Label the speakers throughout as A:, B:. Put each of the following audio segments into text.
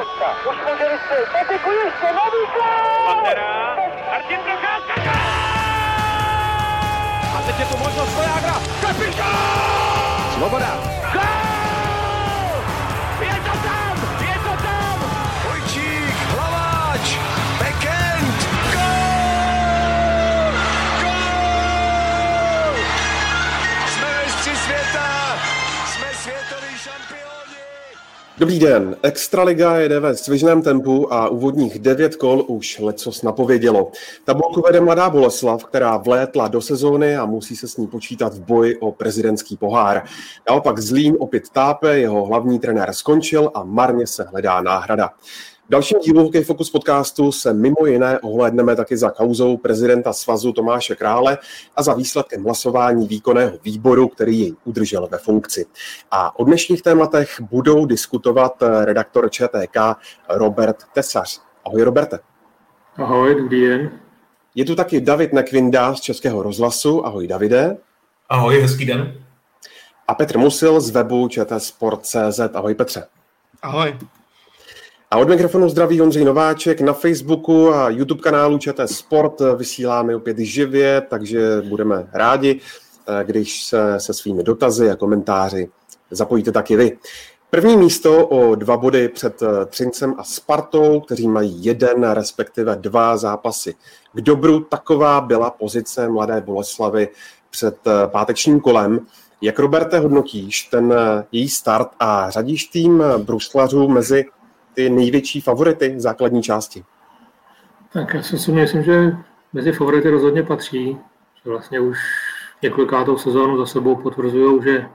A: Procházka. Už můželi se. Peteku ještě, nový gól!
B: Pantera. Martin Procházka. A teď je tu možnost Vojágra. Kapitán!
C: Svoboda.
B: Gól! Je to tam! Je to tam!
C: Vojčík, Hlaváč, Bekend. Gól! Gól! Jsme mistři světa! Jsme světoví šampioni!
D: Dobrý den, Extraliga jede ve svižném tempu a úvodních 9 kol už lecos napovědělo. Tabulku vede Mladá Boleslav, která vlétla do sezóny a musí se s ní počítat v boji o prezidentský pohár. Naopak Zlín opět tápe, jeho hlavní trenér skončil a marně se hledá náhrada. V dalším dílu Hokej Focus podcastu se mimo jiné ohlédneme taky za kauzou prezidenta svazu Tomáše Krále a za výsledkem hlasování výkonného výboru, který jej udržel ve funkci. A o dnešních tématech budou diskutovat redaktor ČTK Robert Tesař. Ahoj Roberte.
E: Ahoj, dobrý den.
D: Je tu taky David Nekvinda z Českého rozhlasu. Ahoj Davide.
F: Ahoj, hezký den.
D: A Petr Musil z webu čtsport.cz. Ahoj Petře.
F: Ahoj.
D: A od mikrofonu zdraví Ondřej Nováček. Na Facebooku a YouTube kanálu ČT Sport vysíláme opět živě, takže budeme rádi, když se svými dotazy a komentáři zapojíte taky vy. První místo o 2 body před Třincem a Spartou, kteří mají 1, respektive 2 zápasy. K dobru taková byla pozice Mladé Boleslavy před pátečním kolem. Jak, Roberte, hodnotíš ten její start a řadíš tým bruslařů mezi ty největší favority základní části?
E: Tak já si myslím, že mezi favority rozhodně patří, že vlastně už několikátou sezónu za sebou potvrzují, že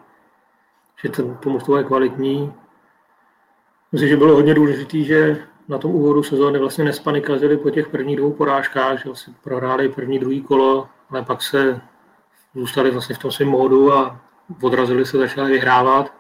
E: to mužstvo je kvalitní. Myslím, že bylo hodně důležité, že na tom úvodu sezóny vlastně nespanikazili po těch prvních 2 porážkách, že vlastně prohráli první, druhý kolo, ale pak se zůstali vlastně v tom svém módu a odrazili se, začali vyhrávat.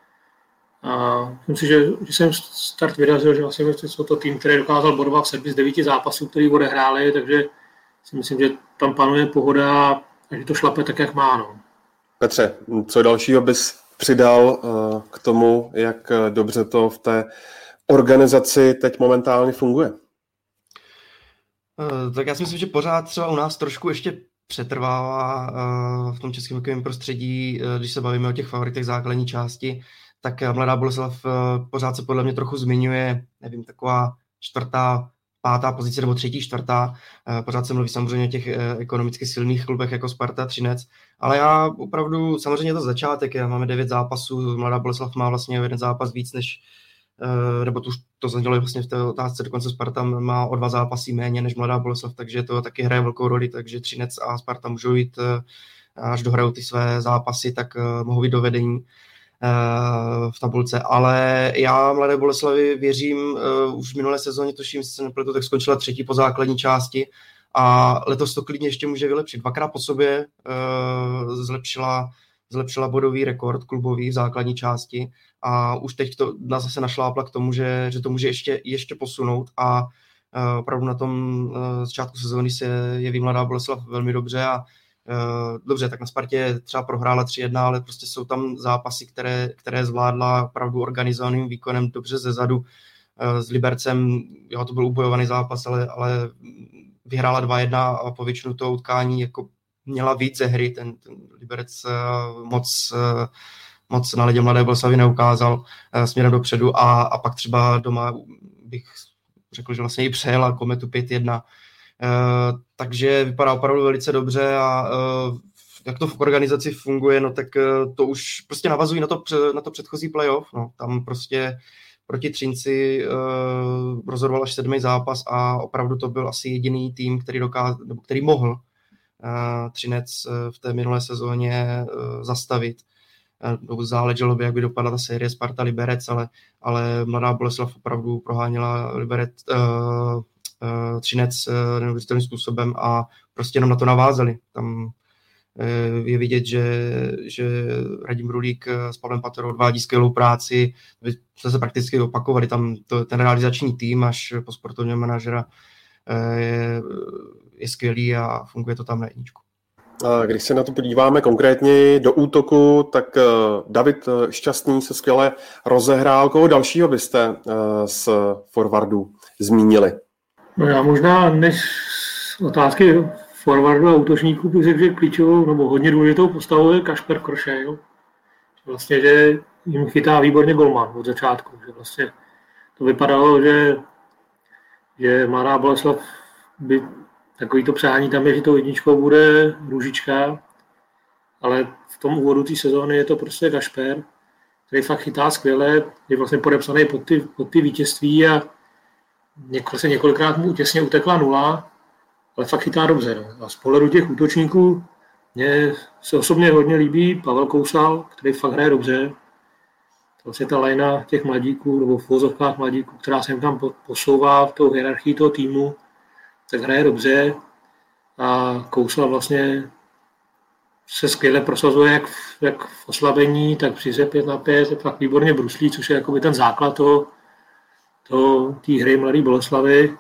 E: A myslím si, že jsem start vyrazil, že vlastně jsou to tým, který dokázal bodovat v 7 z 9 zápasů, který odehráli, takže si myslím, že tam panuje pohoda a že to šlape tak, jak má. No.
D: Petře, co dalšího bys přidal k tomu, jak dobře to v té organizaci teď momentálně funguje?
F: Tak já si myslím, že pořád třeba u nás trošku ještě přetrvává v tom českém hokejovém prostředí, když se bavíme o těch favoritech základní části, tak Mladá Boleslav pořád se podle mě trochu zmiňuje, nevím, taková 4., 5. pozice nebo 3., 4. Pořád se mluví samozřejmě o těch ekonomicky silných klubech jako Sparta, Třinec, ale já opravdu, samozřejmě je to začátek, máme 9 zápasů, Mladá Boleslav má vlastně 1 zápas víc než, nebo to zaznělo vlastně v té otázce, dokonce Sparta má o 2 zápasy méně než Mladá Boleslav, takže to taky hraje velkou roli, takže Třinec a Sparta můžou jít, až dohrajou ty své zápasy, tak mohou být do vedení v tabulce, ale já Mladé Boleslavi věřím, už v minulé sezóně, tuším, se nepletu, tak skončila 3. po základní části a letos to klidně ještě může vylepšit. 2krát po sobě zlepšila bodový rekord klubový v základní části a už teď to zase našlápla k tomu, že to může ještě posunout a opravdu na tom začátku sezóny se jeví Mladá Boleslav velmi dobře a dobře, tak na Spartě třeba prohrála 3-1, ale prostě jsou tam zápasy, které zvládla opravdu organizovaným výkonem dobře zezadu. S Libercem, jo, to byl ubojovaný zápas, ale vyhrála 2-1 a po většinu toho utkání jako měla víc ze hry. Ten Liberec moc na ledě Mladé Boleslavy neukázal směrem dopředu a pak třeba doma bych řekl, že vlastně i přejela Kometu 5-1. Takže vypadá opravdu velice dobře a jak to v organizaci funguje, no tak to už prostě navazují na to předchozí playoff, no tam prostě proti Třinci rozhodoval až 7. zápas a opravdu to byl asi jediný tým, který mohl Třinec v té minulé sezóně zastavit. Záleželo by, jak by dopadla ta série Sparta-Liberec, ale Mladá Boleslav opravdu proháněla Třinec neuvěřitelným způsobem a prostě jenom na to navázali. Tam je vidět, že Radim Brulík s Pavlem Paterou odvádí skvělou práci, se prakticky opakovali, tam ten realizační tým až po sportovního manažera je skvělý a funguje to tam na jedničku.
D: A když se na to podíváme konkrétně do útoku, tak David Šťastný se skvěle rozehrál. Koho dalšího byste z forwardů zmínili?
E: No já možná než otázky forwardu a útočníků bych řekl, že klíčovou nebo hodně důležitou postavou je Kašper Krošej. Vlastně, že jim chytá výborně golman od začátku. Že vlastně to vypadalo, že Mladá Boleslav by takový to přání tam je, že tou jedničkou bude Růžička, ale v tom úvodu té sezóny je to prostě Kašper, který fakt chytá skvěle, je vlastně podepsaný pod ty vítězství a několikrát mu těsně utekla 0, ale fakt chytá dobře. No. A z pohledu těch útočníků mně se osobně hodně líbí Pavel Kousal, který fakt hraje dobře. Vlastně ta lajna těch mladíků, nebo v vozovkách mladíků, která se jim tam posouvá v tou hierarchii toho týmu, tak hraje dobře a Kousal vlastně se skvěle prosazuje jak v oslabení, tak při 5-5, tak výborně bruslí, což je jakoby ten základ té hry Mladé Boleslavy.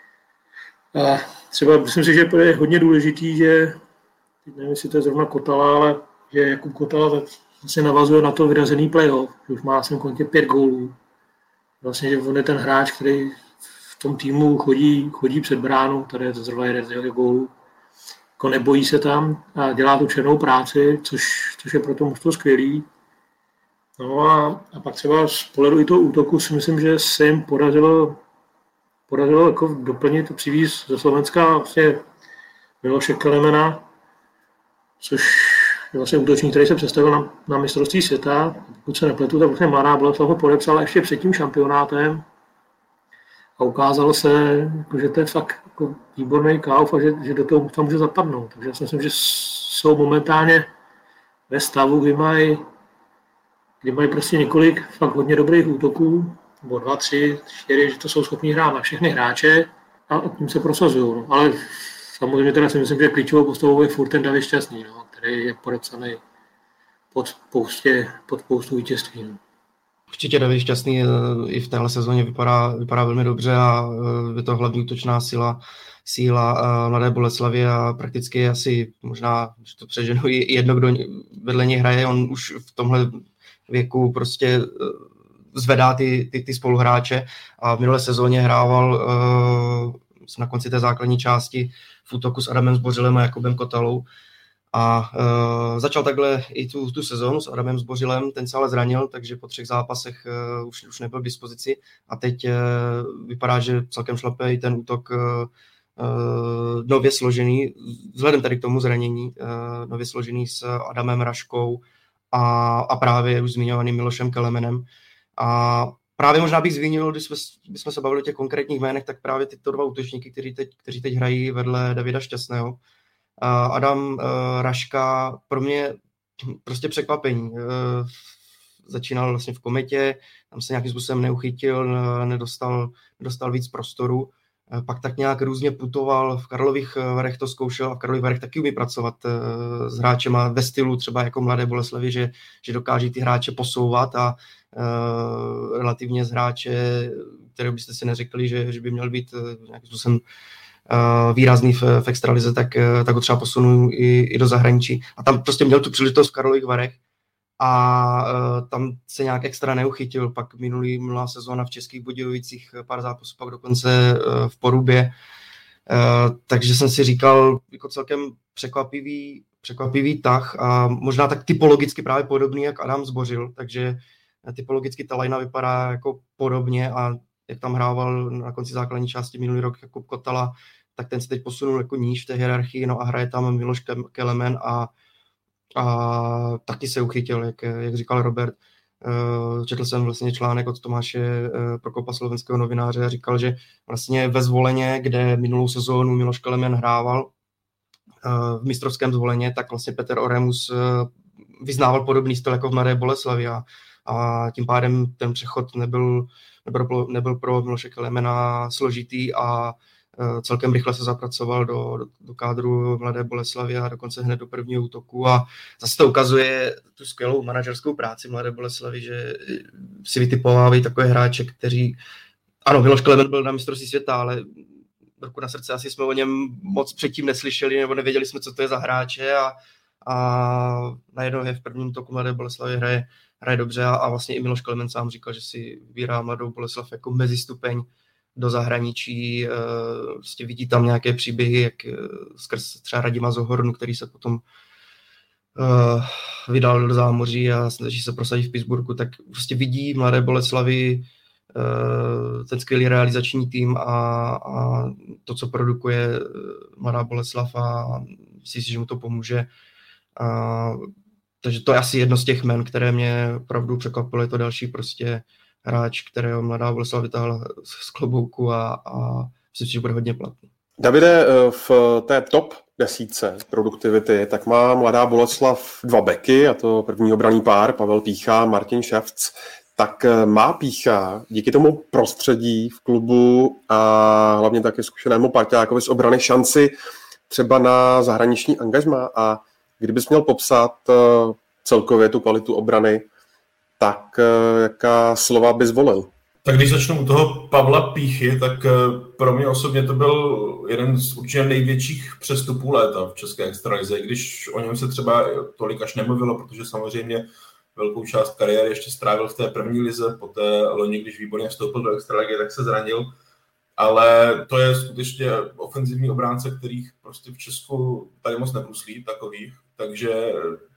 E: A třeba myslím si, že je hodně důležitý, že nevím, jestli to je zrovna Kotala, ale že Jakub Kotala se navazuje na to vyrazený playoff, že už má na svém kontě 5 gólů. Vlastně, že on je ten hráč, který v tom týmu chodí před bránu, tady je to zrovna jeden z jeho gólů. Jako nebojí se tam a dělá tu černou práci, což je pro to mužstvo skvělý. No a pak třeba z pohledu i toho útoku si myslím, že se jim podařilo jako doplnit, přivízt ze Slovenska vlastně Miloše Kelemena, což je vlastně útočník, který se představil na mistrovství světa. Pokud se nepletu, tak vlastně Mladá Boleslav ho podepsala ještě před tím šampionátem a ukázalo se, že to je fakt jako výborný kauf a že do toho může zapadnout. Takže já si myslím, že jsou momentálně ve stavu, kdy mají prostě několik fakt hodně dobrých útoků, nebo 2, 3, 4, že to jsou schopní hrát na všechny hráče a tím se prosazují. No. Ale samozřejmě teda si myslím, že klíčovou postavou je furt ten David Šťastný, no, který je podepsaný pod spoustu vítězství. No.
F: Určitě David Šťastný i v téhle sezóně vypadá velmi dobře a je to hlavní útočná síla Mladé Boleslavy a prakticky asi možná, že to přeženu, jedno, kdo vedle něj hraje, on už v tomhle věku prostě zvedá ty spoluhráče a v minulé sezóně hrával na konci té základní části v útoku s Adamem Zbořilem a Jakubem Kotalou a začal takhle i tu sezónu s Adamem Zbořilem, ten se ale zranil, takže po 3 zápasech už nebyl k dispozici a teď vypadá, že celkem šlape i ten útok nově složený, vzhledem tady k tomu zranění, nově složený s Adamem Raškou a právě už zmiňovaným Milošem Kelemenem. A právě možná bych zmínil, když jsme se bavili o těch konkrétních jménech, tak právě tyto 2 útočníky, kteří teď hrají vedle Davida Šťastného. Adam Raška pro mě prostě překvapení. Začínal vlastně v Kometě, tam se nějakým způsobem neuchytil, nedostal víc prostoru. Pak tak nějak různě putoval, v Karlových Varech to zkoušel a v Karlových Varech taky umí pracovat s hráčema ve stylu třeba jako Mladé Boleslavy, že dokáží ty hráče posouvat a relativně z hráče, které byste si neřekli, že by měl být nějakým způsobem výrazný v extralize, tak ho třeba posunu i do zahraničí. A tam prostě měl tu příležitost v Karlových Varech a tam se nějak extra neuchytil. Pak minulá sezóna v Českých Budějovicích, pár zápasů, pak dokonce v Porubě. Takže jsem si říkal, jako celkem překvapivý tah a možná tak typologicky právě podobný, jak Adam Zbořil, takže typologicky ta lajna vypadá jako podobně a jak tam hrával na konci základní části minulý rok Jakub Kotala, tak ten se teď posunul jako níž v té hierarchii, no a hraje tam Miloš Kelemen a taky se uchytil, jak říkal Robert. Četl jsem vlastně článek od Tomáše Prokopa, slovenského novináře, a říkal, že vlastně ve Zvoleně, kde minulou sezónu Miloš Kelemen hrával v mistrovském Zvoleně, tak vlastně Peter Oremus vyznával podobný styl jako v Mladé Boleslavi a tím pádem ten přechod nebyl pro Miloše Kelemena složitý a celkem rychle se zapracoval do kádru Mladé Boleslavy a dokonce hned do prvního útoku a zase to ukazuje tu skvělou manažerskou práci Mladé Boleslavy, že si vytipovávají takové hráče, kteří, ano, Miloš Kelemen byl na mistrovství světa, ale ruku na srdce, asi jsme o něm moc předtím neslyšeli, nebo nevěděli jsme, co to je za hráče a najednou je v prvním toku Mladé Boleslavi hraje dobře a vlastně i Miloš Klemen sám říkal, že si vybírá Mladou Boleslav jako mezistupeň do zahraničí, prostě vidí tam nějaké příběhy, jak skrz třeba Radima Zohornu, který se potom vydal do zámoří a snaží se prosadit v Pittsburghu, tak prostě vidí Mladé Boleslavi ten skvělý realizační tým a to, co produkuje Mladá Boleslav a myslím si, že mu to pomůže. Takže to je asi jedno z těch jmen, které mě opravdu překvapilo. Je to další prostě hráč, kterého Mladá Boleslav vytáhla z klobouku a myslím si, že bude hodně platný.
D: Davide, v té top 10 produktivity, tak má Mladá Boleslav 2 beky, a to první obranný pár, Pavel Pícha, Martin Ševc. Tak má Pícha díky tomu prostředí v klubu a hlavně také zkušenému parťákovi z obrany šanci třeba na zahraniční angažmá? A kdybys měl popsat celkově tu kvalitu obrany, tak jaká slova bys volil?
G: Tak když začnu u toho Pavla Píchy, tak pro mě osobně to byl jeden z určitě největších přestupů léta v české extralize, když o něm se třeba tolik až nemluvilo, protože samozřejmě velkou část kariéry ještě strávil v té první lize, poté loni, když výborně vstoupil do extraligy, tak se zranil, ale to je skutečně ofenzivní obránce, kterých prostě v Česku tady moc nebruslí takových, takže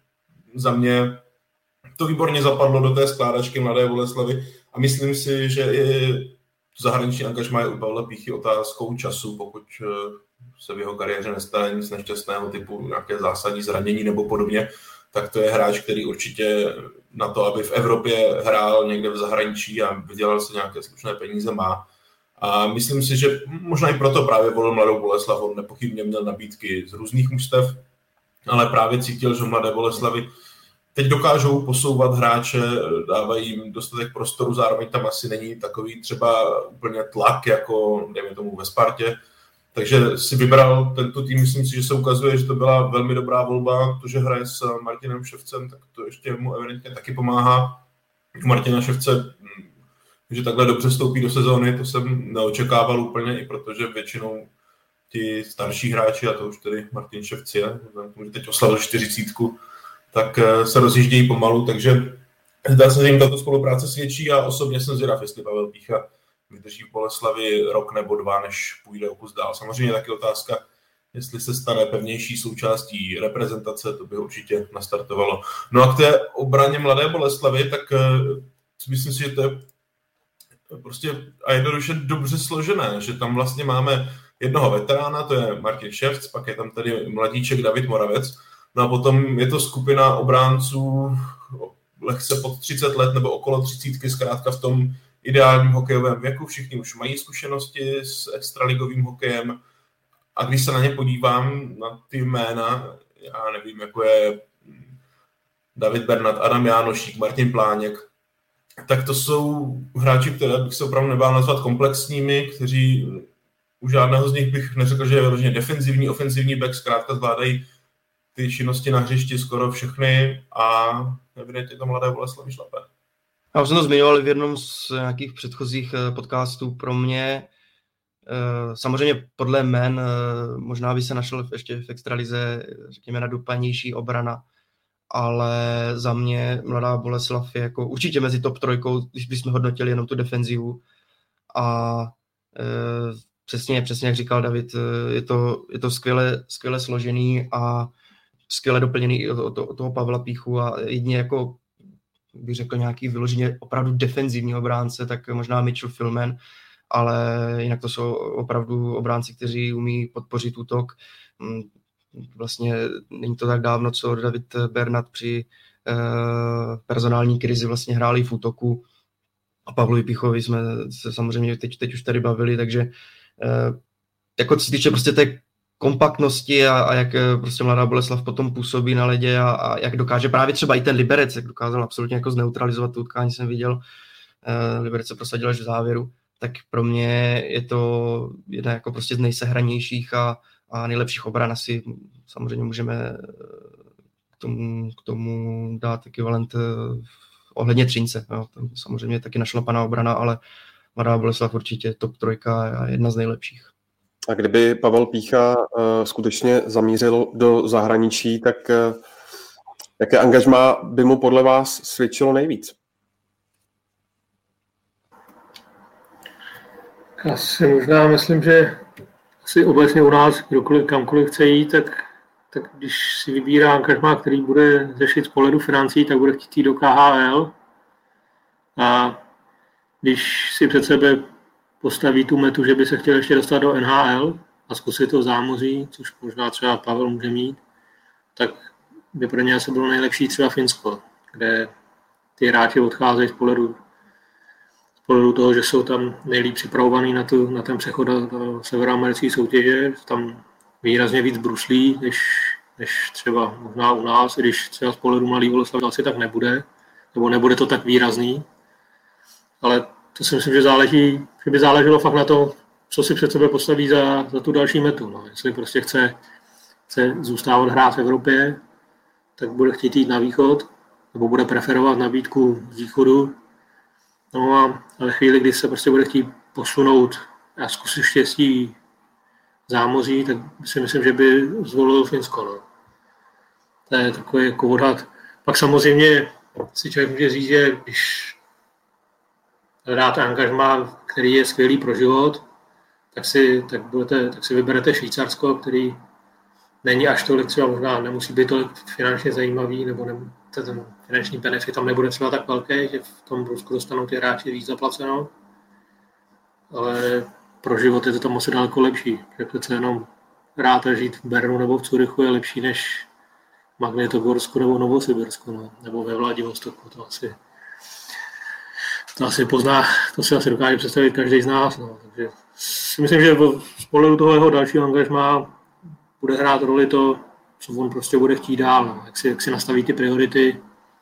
G: za mě to výborně zapadlo do té skládačky Mladé Boleslavy a myslím si, že i zahraniční angažmá je u Pavla Píchy otázkou času, pokud se v jeho kariéře nestane nic nešťastného typu nějaké zásadní zranění nebo podobně, tak to je hráč, který určitě na to, aby v Evropě hrál někde v zahraničí a vydělal se nějaké slušné peníze, má. A myslím si, že možná i proto právě volil Mladou Boleslav, on nepochybně měl nabídky z různých mužstev, ale právě cítil, že Mladé Boleslavy teď dokážou posouvat hráče, dávají jim dostatek prostoru, zároveň tam asi není takový třeba úplně tlak, jako dejme tomu ve Spartě. Takže si vybral tento tým, myslím si, že se ukazuje, že to byla velmi dobrá volba. To, že hraje s Martinem Ševcem, tak to ještě mu evidentně taky pomáhá. Martina Ševce, že takhle dobře vstoupí do sezóny, to jsem neočekával úplně, i protože většinou ti starší hráči, a to už tedy Martin Ševc je, že teď oslavil 40, tak se rozjíždějí pomalu, takže zdá se, že jim tato spolupráce svědčí a osobně jsem zvědav, jestli Pavel Pícha vydrží v Boleslavi rok nebo 2, než půjde o kus dál. Samozřejmě taky otázka, jestli se stane pevnější součástí reprezentace, to by určitě nastartovalo. No a k té obraně Mladé Boleslavy, tak myslím si, že to je prostě a jednoduše dobře složené, že tam vlastně máme jednoho veterána, to je Martin Ševc, pak je tam tady mladíček David Moravec, no a potom je to skupina obránců lehce pod 30 let nebo okolo 30, zkrátka v tom ideálním hokejovém věku, všichni už mají zkušenosti s extraligovým hokejem a když se na ně podívám, na ty jména, já nevím, jako je David Bernat, Adam Jánošík, Martin Pláněk, tak to jsou hráči, které bych se opravdu nebál nazvat komplexními, kteří u žádného z nich bych neřekl, že je vyloženě defenzivní, ofenzivní back, zkrátka zvládají ty činnosti na hřišti skoro všechny a evidentně to Mladé Boleslavi šlape.
F: Já už jsem to zmiňoval v jednom z nějakých předchozích podcastů. Pro mě samozřejmě podle jmen možná by se našel ještě v extralize, řekněme, nadupanější obrana, ale za mě Mladá Boleslav je jako určitě mezi top 3, když bychom hodnotili jenom tu defenzivu a přesně jak říkal David, je to skvěle složený a skvěle doplněný od toho Pavla Píchu a jedině jako bych řekl nějaký vyloženě opravdu defenzivní obránce, tak možná Mitchell Filman, ale jinak to jsou opravdu obránci, kteří umí podpořit útok. Vlastně není to tak dávno, co David Bernat při personální krizi vlastně hráli v útoku a Pavlovi Píchovi jsme se samozřejmě teď už tady bavili, takže jako co se týče prostě té kompaktnosti a jak prostě Mladá Boleslav potom působí na ledě a jak dokáže právě třeba i ten Liberec, jak dokázal absolutně jako zneutralizovat tu utkání, jsem viděl, Liberec se prosadil až v závěru, tak pro mě je to jedna jako prostě z nejsehranějších a nejlepších obran asi samozřejmě můžeme k tomu dát ekvivalent ohledně Třince. Jo. Tam samozřejmě taky našlapaná obrana, ale Mladá Boleslav určitě top 3 a jedna z nejlepších.
D: A kdyby Pavel Pícha skutečně zamířil do zahraničí, tak jaké angažmá by mu podle vás svědčilo nejvíc?
E: Já si možná myslím, že asi obecně u nás, kdokoliv kamkoliv chce jít, tak když si vybírá angažmá, který bude řešit z pohledu financí, tak bude chtít jít do KHL. A když si před sebe postaví tu metu, že by se chtěl ještě dostat do NHL a zkusit to v zámoří, což možná třeba Pavel může mít, tak by pro ně asi bylo nejlepší třeba Finsko, kde ty hráči odcházejí z pohledu toho, že jsou tam nejlíp připravovaný na ten přechod do severoamerické soutěže. Tam výrazně víc bruslí, než třeba možná u nás, když třeba z pohledu mladý Boleslav asi tak nebude, nebo nebude to tak výrazný. Ale to si myslím, že by záleželo fakt na to, co si před sebe postaví za tu další metu. No. Jestli prostě chce zůstávat hrát v Evropě, tak bude chtít jít na východ, nebo bude preferovat nabídku z východu. No a ve chvíli, kdy se prostě bude chtít posunout a zkusit štěstí v zámoří, tak si myslím, že by zvolil Finsko. No. To je takový jako odhad. Pak samozřejmě si člověk může říct, že když hledáte angažmá, který je skvělý pro život, tak si vyberete Švýcarsko, který není až tolik, třeba možná nemusí být tolik finančně zajímavý, nebo ten finanční benefit tam nebude třeba tak velký, že v tom Rusku dostanou ty hráči víc zaplaceno, ale pro život je to tam asi daleko lepší. Že přece jenom hrát a žít v Bernu nebo v Curychu je lepší než v Magnitogorsku nebo Novosibirsku, no, nebo ve Vladivostoku, to asi pozná, to si asi dokáže představit každý z nás. No. Takže si myslím, že z pohledu toho jeho dalšího angažmá bude hrát roli to, co on prostě bude chtít dál, no. Jak si nastaví ty priority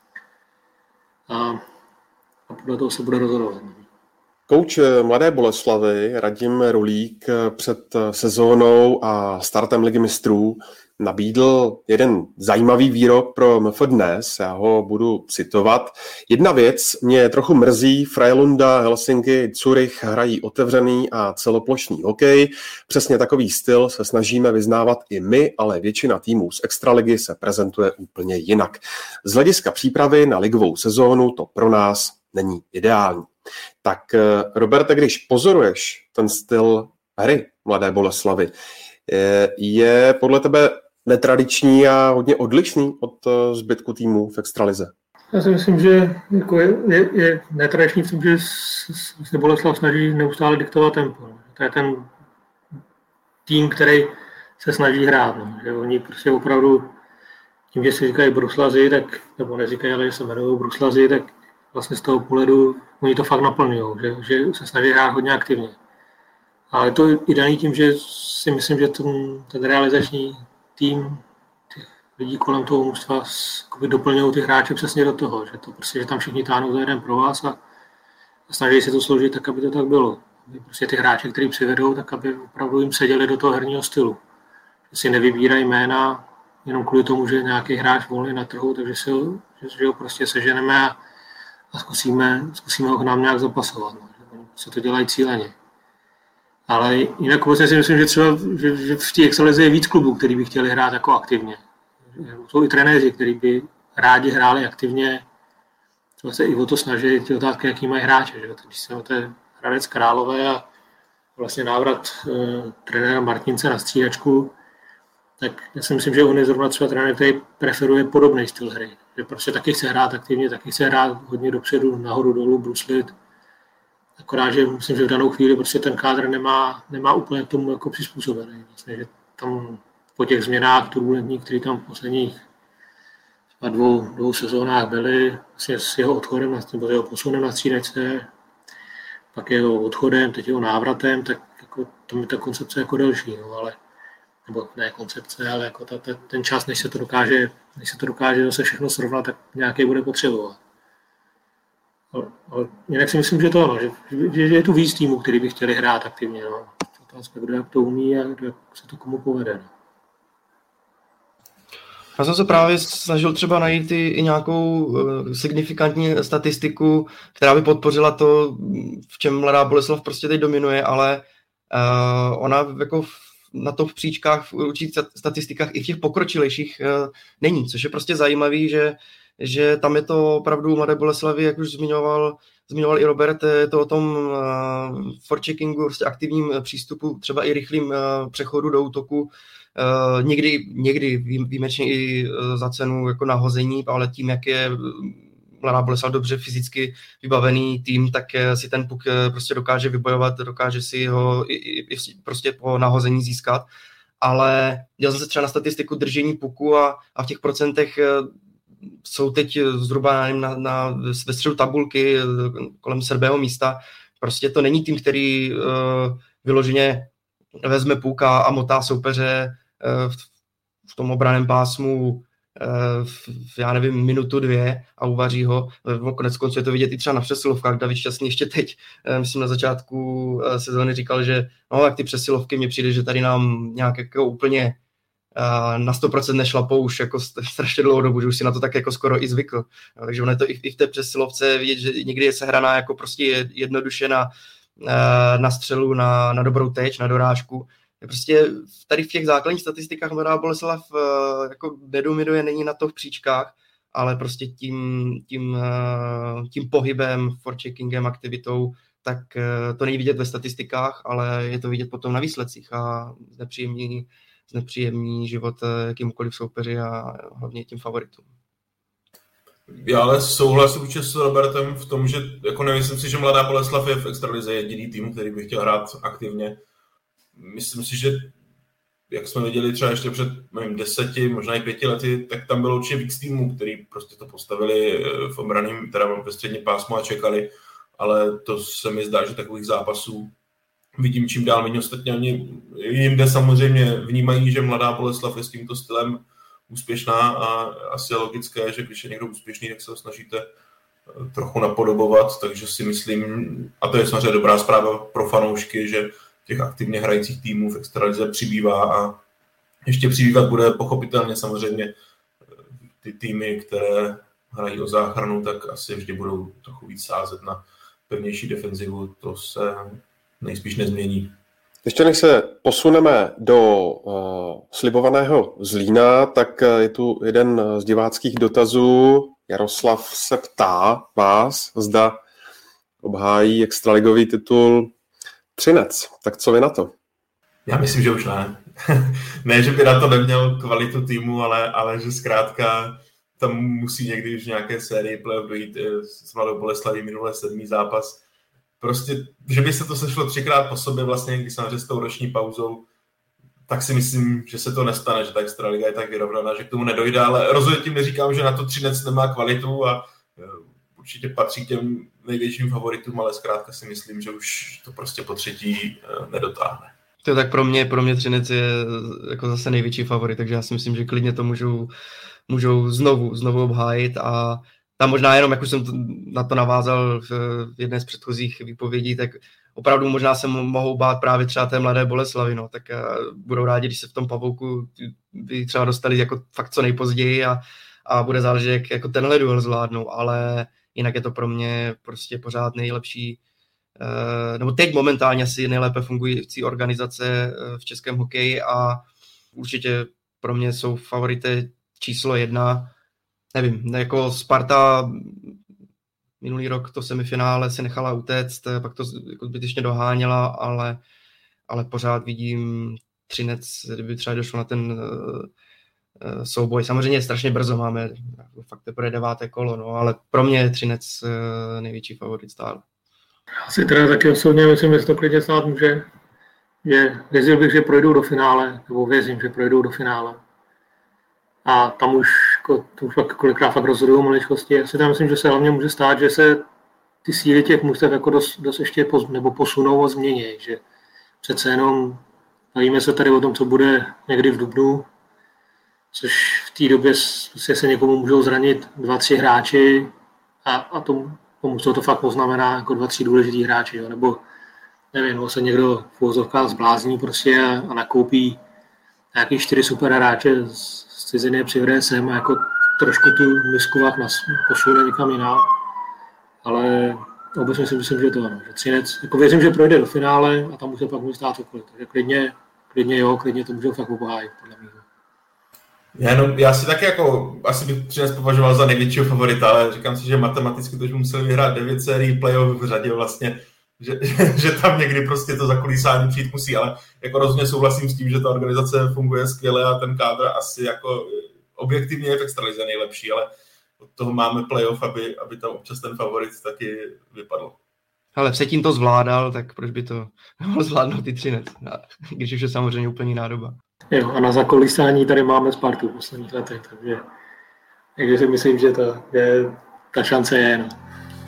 E: a podle toho se bude rozhodovat.
D: Kouč Mladé Boleslavi Radim Rulík před sezónou a startem Ligy mistrů nabídl jeden zajímavý výrok pro MF Dnes, já ho budu citovat. Jedna věc mě trochu mrzí, Frölunda, Helsinki, Zurich hrají otevřený a celoplošný hokej. Přesně takový styl se snažíme vyznávat i my, ale většina týmů z extraligy se prezentuje úplně jinak. Z hlediska přípravy na ligovou sezónu to pro nás není ideální. Tak Roberte, když pozoruješ ten styl hry Mladé Boleslavy, je podle tebe netradiční a hodně odlišný od zbytku týmů v extralize?
E: Já si myslím, že jako je netradiční v tom, že se Boleslav snaží neustále diktovat tempo. To je ten tým, který se snaží hrát. No. Že oni prostě opravdu tím, že si říkají Bruslazi, tak, nebo neříkají, ale že se jmenují Bruslazi, tak vlastně z toho pohledu oni to fakt naplňují, že se snaží hrát hodně aktivně. Ale to je i daný tím, že si myslím, že ten realizační tým, těch lidí kolem toho mužstva doplňují ty hráče přesně do toho, že to prostě, že tam všichni táhnou za jeden pro vás a snaží se to složit tak, aby to tak bylo. Aby prostě ty hráče, který přivedou, tak aby opravdu jim seděli do toho herního stylu. Že si nevybírají jména jenom kvůli tomu, že nějaký hráč volný na trhu, takže že ho prostě seženeme a zkusíme ho k nám nějak zapasovat. No. Že to dělají cíleně. Ale jinak vlastně si myslím, že třeba že v té extralize je víc klubů, který by chtěli hrát jako aktivně. Jsou i trenéři, kteří by rádi hráli aktivně. Třeba se i o to snaží, ty otázky, jaký mají hráče. Že? Když se o té Hradec Králové a vlastně návrat trenéra Martince na střídačku, tak já si myslím, že on je zrovna třeba trenér, který preferuje podobný styl hry. Že prostě taky chce hrát aktivně, taky chce hrát hodně dopředu, nahoru, dolů, bruslit. Akorát, že myslím, že v danou chvíli prostě ten kádr nemá úplně k tomu jako přizpůsobený. Vlastně, že tam po těch změnách turbulentních, které tam v posledních dvou sezónách byly, vlastně s jeho odchodem, nebo jeho posunem na střídačce, pak jeho odchodem, teď jeho návratem, tak jako, tam je ta koncepce jako delší, no, ale nebo ne koncepce, ale jako ten čas, než se to dokáže zase všechno srovnat, tak nějaký bude potřebovat. Ale jinak si myslím, že to ano, že je tu víc týmů, který by chtěli hrát aktivně. No. Otázka, kdo jak to umí a kdo se to komu povede. No.
F: Já jsem se právě snažil třeba najít i nějakou signifikantní statistiku, která by podpořila to, v čem Mladá Boleslav prostě teď dominuje, ale ona jako na to v příčkách, v určitých statistikách i v těch pokročilejších není, což je prostě zajímavý, že tam je to opravdu Mladé Boleslavi, jak už zmiňoval i Robert, je to o tom forecheckingu, prostě aktivním přístupu, třeba i rychlým přechodu do útoku, někdy výjimečně i za cenu jako nahození, ale tím, jak je Mladá Boleslav dobře fyzicky vybavený tým, tak si ten puk prostě dokáže vybojovat, dokáže si ho i prostě po nahození získat. Ale dělal jsem se třeba na statistiku držení puku a v těch procentech jsou teď zhruba ve středu tabulky kolem 7. místa. Prostě to není tým, který vyloženě vezme puk a motá soupeře v tom obranném pásmu já nevím, minutu, 2 a uvaří ho. Konec konců je to vidět i třeba na přesilovkách. David Šťastný ještě teď, myslím na začátku sezóny říkal, že no, jak ty přesilovky mně přijde, že tady nám nějak jako úplně na 100% nešlapou už jako strašně dlouhou dobu, že už si na to tak jako skoro i zvykl. Takže ono je to i v té přesilovce vidět, že někdy je sehraná jako prostě jednoduše na střelu, na dobrou teč, na dorážku. Prostě tady v těch základních statistikách Mladá Boleslav jako nedominuje, není na to v příčkách, ale prostě tím pohybem, forecheckingem, aktivitou, tak to není vidět ve statistikách, ale je to vidět potom na výsledcích a znepříjemní život jakýmkoliv soupeři a hlavně tím favoritům.
G: Já ale souhlasím s Robertem v tom, že jako nemyslím si, že Mladá Boleslav je v extralize jediný tým, který by chtěl hrát aktivně. Myslím si, že jak jsme viděli třeba ještě před 10, možná i 5 lety, tak tam bylo určitě víc týmů, který prostě to postavili v obraném, teda ve středním pásmu a čekali, ale to se mi zdá, že takových zápasů vidím čím dál méně. Ostatně oni jinde samozřejmě vnímají, že Mladá Boleslav je s tímto stylem úspěšná a asi je logické, že když je někdo úspěšný, tak se ho snažíte trochu napodobovat, takže si myslím, a to je samozřejmě dobrá zpráva pro fanoušky, že těch aktivně hrajících týmů v extralize přibývá a ještě přibývat bude pochopitelně samozřejmě ty týmy, které hrají o záchranu, tak asi vždy budou trochu víc sázet na pevnější defenzivu, to se nejspíš nezmění.
D: Ještě než se posuneme do slibovaného Zlína, tak je tu jeden z diváckých dotazů. Jaroslav se ptá vás, zda obhájí extraligový titul Třinec. Tak co vy na to?
G: Já myslím, že už ne. Ne, že by na to neměl kvalitu týmu, ale že zkrátka tam musí někdy už v nějaké sérii playoff dojít s Mladou Boleslaví minulé 7. zápas. Prostě, že by se to sešlo 3krát po sobě vlastně, když samozřejmě s tou roční pauzou, tak si myslím, že se to nestane, že ta extraliga je tak vyrovnaná, že k tomu nedojde, ale rozhodně tím neříkám, že na to Třinec nemá kvalitu a určitě patří k těm největším favoritům, ale zkrátka si myslím, že už to prostě po třetí nedotáhne.
F: To je tak pro mě Třinec je jako zase největší favorit, takže já si myslím, že klidně to můžou znovu obhájit a tam možná jenom, jak už jsem na to navázal v jedné z předchozích výpovědí, tak opravdu možná se mohou bát právě třeba té Mladé Boleslavy, no, tak budou rádi, když se v tom pavouku by třeba dostali jako fakt co nejpozději a bude záležet, jak jako tenhle duel zvládnou, ale jinak je to pro mě prostě pořád nejlepší, nebo teď momentálně asi nejlépe fungující organizace v českém hokeji a určitě pro mě jsou favorité číslo 1. Nevím, jako Sparta minulý rok to semifinále se nechala utéct, pak to jako zbytečně doháněla, ale pořád vidím Třinec, kdyby třeba došlo na ten souboj. Samozřejmě strašně brzo máme, fakt teprve 9. kolo, no, ale pro mě je Třinec největší favorit stále.
E: Já si teda taky osobně myslím, že se to klidně stát může, že věřil bych, že projdou do finále, nebo věřím, že projdou do finále. A tam už, to už kolikrát fakt rozhodují maličkosti. Já si tam myslím, že se hlavně může stát, že se ty síly těch mužstev jako dost ještě posunou a změní. Že přece jenom bavíme se tady o tom, co bude někdy v dubnu, což v té době se někomu můžou zranit 2-3 hráči a tomu to fakt poznamená jako 2-3 důležitý hráči. Jo? Nebo nevím, se někdo v uvozovkách zblázní prostě a nakoupí nějaký 4 super hráče z ciziny, přivede sem a jako trošku tu misku posune někam jinam. Ale obecně si myslím, že to ano. Že Třinec, jako věřím, že projde do finále a tam už se pak může stát cokoliv. Takže klidně klidně to můžou fakt obhájit, podle mě.
G: Já si taky jako, asi bych Třinec považoval za největšího favorita, ale říkám si, že matematicky to už museli vyhrát 9 sérií playoff v řadě vlastně, že tam někdy prostě to zakolísání přijít musí, ale jako rozhodně souhlasím s tím, že ta organizace funguje skvěle a ten kádr asi jako objektivně je v extralize nejlepší, ale od toho máme playoff, aby tam občas ten favorit taky vypadl.
F: Ale Vsetín to zvládal, tak proč by to mohl zvládnout i Třinec, když už je samozřejmě úplně jiná doba.
E: Jo, a na zakolísání tady máme Spartu v posledních letech, takže si myslím, že ta šance je. No.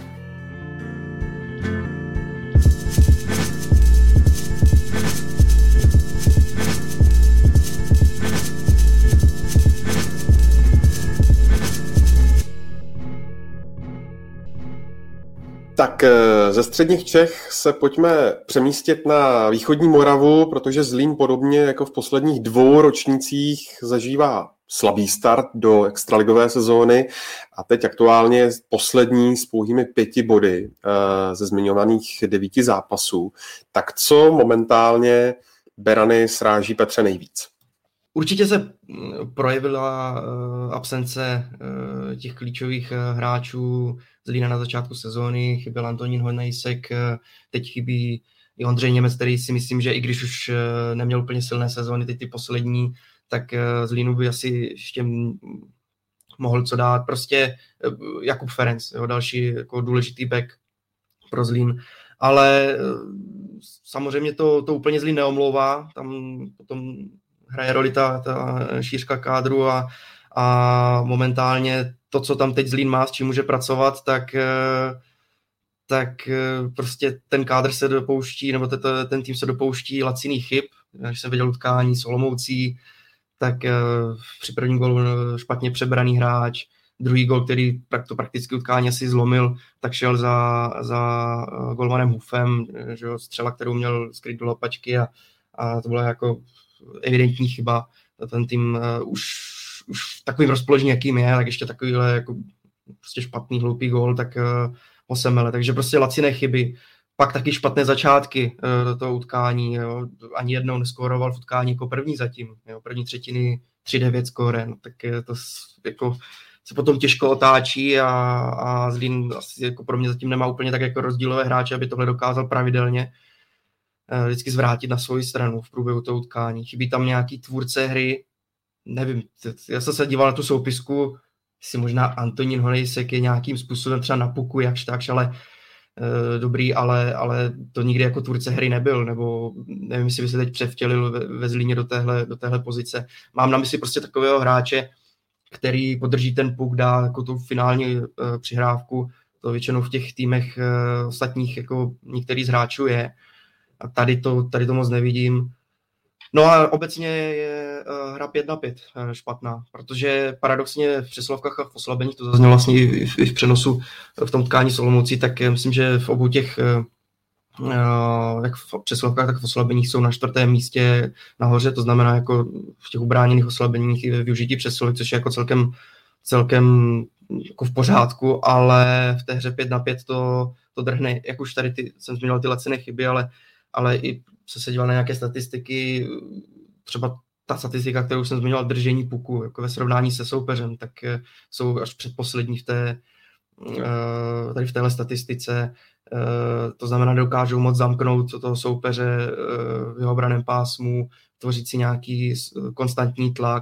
D: Tak ze středních Čech se pojďme přemístit na východní Moravu, protože Zlín podobně jako v posledních 2 ročnících zažívá slabý start do extraligové sezóny a teď aktuálně poslední s pouhými 5 body ze zmiňovaných 9 zápasů. Tak co momentálně Berany sráží Petře nejvíc?
F: Určitě se projevila absence těch klíčových hráčů Zlína na začátku sezóny. Chyběl Antonín Honejsek, teď chybí i Ondřej Němec, který si myslím, že i když už neměl úplně silné sezóny, teď ty poslední, tak Zlínu by asi ještě mohl co dát. Prostě Jakub Ferenc, další jako důležitý back pro Zlín. Ale samozřejmě to úplně Zlín neomlouvá. Tam potom hraje roli ta šířka kádru a momentálně to, co tam teď Zlín má, s čím může pracovat, tak prostě ten kádr se dopouští, nebo ten tým se dopouští laciných chyb. Když jsem viděl utkání s Olomoucí, tak při prvním gólu špatně přebraný hráč, druhý gól, který to prakticky utkání asi zlomil, tak šel za golmanem Hufem, že jo, střela, kterou měl skryt do lapačky a to byla jako evidentní chyba. Ten tým už v takovým rozpoložení, jakým je, tak ještě takovýhle jako prostě špatný, hloupý gól, tak ho semele. Takže prostě laciné chyby. Pak taky špatné začátky do toho utkání. Jo. Ani jednou neskóroval v utkání jako první zatím. Jo. První třetiny 3-9 skóre. No, tak to jako se potom těžko otáčí a Zlín asi jako pro mě zatím nemá úplně tak jako rozdílové hráče, aby tohle dokázal pravidelně vždycky zvrátit na svoji stranu v průběhu toho utkání. Chybí tam nějaký tvůrce hry, nevím, já jsem se díval na tu soupisku, jestli možná Antonín Honejsek je nějakým způsobem třeba na puku, jakž takž, ale dobrý, ale to nikdy jako tvůrce hry nebyl, nebo nevím, jestli by se teď převtělil ve Zlíně do téhle pozice. Mám na mysli prostě takového hráče, který podrží ten puk, dá jako tu finální přihrávku, to většinou v těch týmech ostatních jako některý z hráčů je. A tady to moc nevidím. No a obecně je hra 5-5 špatná, protože paradoxně v přesilovkách a v oslabeních, to zaznělo vlastně i v přenosu v tom tkání s Olomoucí, tak myslím, že v obou těch, jak v přesilovkách, tak v oslabeních jsou na 4. místě nahoře, to znamená jako v těch ubráněných oslabeních i využití přesilovek, což je jako celkem jako v pořádku, ale v té hře 5-5 to drhne, jak už tady jsem zmínil ty laciné chyby, ale i se díval na nějaké statistiky, třeba ta statistika, kterou jsem zmiňoval, držení puku, jako ve srovnání se soupeřem, tak jsou až předposlední tady v téhle statistice. To znamená, dokážou moc zamknout toho soupeře v jeho braném pásmu, tvořit si nějaký konstantní tlak.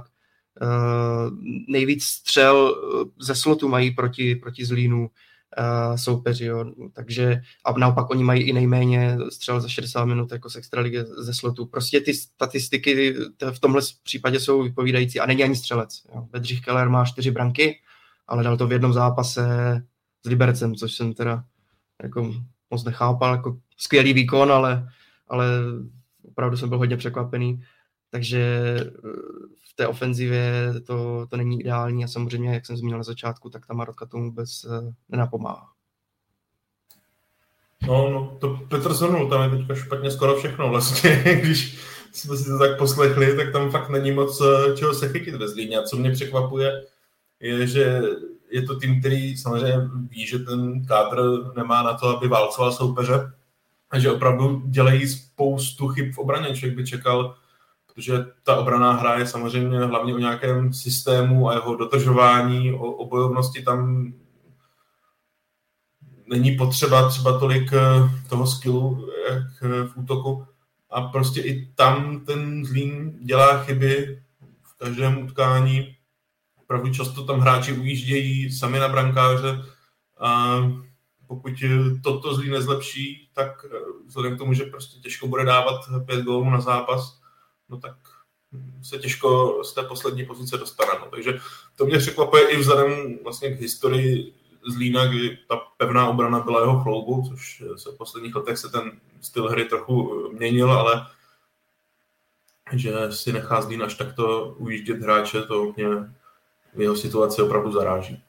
F: Nejvíc střel ze slotu mají proti Zlínu soupeři, jo. Takže a naopak oni mají i nejméně střel za 60 minut jako z extraligy ze slotu. Prostě ty statistiky v tomhle případě jsou vypovídající a není ani střelec. Jo. Bedřich Keller má 4 branky, ale dal to v jednom zápase s Libercem, což jsem teda jako moc nechápal, jako skvělý výkon, ale opravdu jsem byl hodně překvapený. Takže v té ofenzivě to není ideální a samozřejmě, jak jsem zmínil na začátku, tak ta Marotka tomu vůbec nenapomáhá.
G: No, to Petr shrnul, tam je teďka špatně skoro všechno vlastně, když jsme si to tak poslechli, tak tam fakt není moc čeho se chytit ve Zlíně. A co mě překvapuje, je, že je to tým, který samozřejmě ví, že ten kádr nemá na to, aby válcoval soupeře a že opravdu dělají spoustu chyb v obraně. Člověk by čekal protože ta obranná hra je samozřejmě hlavně o nějakém systému a jeho dodržování, o bojovnosti. Tam není potřeba třeba tolik toho skillu, jak v útoku. A prostě i tam ten Zlín dělá chyby v každém utkání. Opravdu často tam hráči ujíždějí sami na brankáře a pokud toto Zlín nezlepší, tak vzhledem k tomu, že prostě těžko bude dávat 5 gólů na zápas, no tak se těžko z té poslední pozice dostane. No. Takže to mě překvapuje i vzhledem vlastně k historii Zlína, kdy ta pevná obrana byla jeho chloubou, což se v posledních letech se ten styl hry trochu měnil, ale že si nechá Zlín až takto ujíždět hráče, to mě v jeho situaci opravdu zaráží.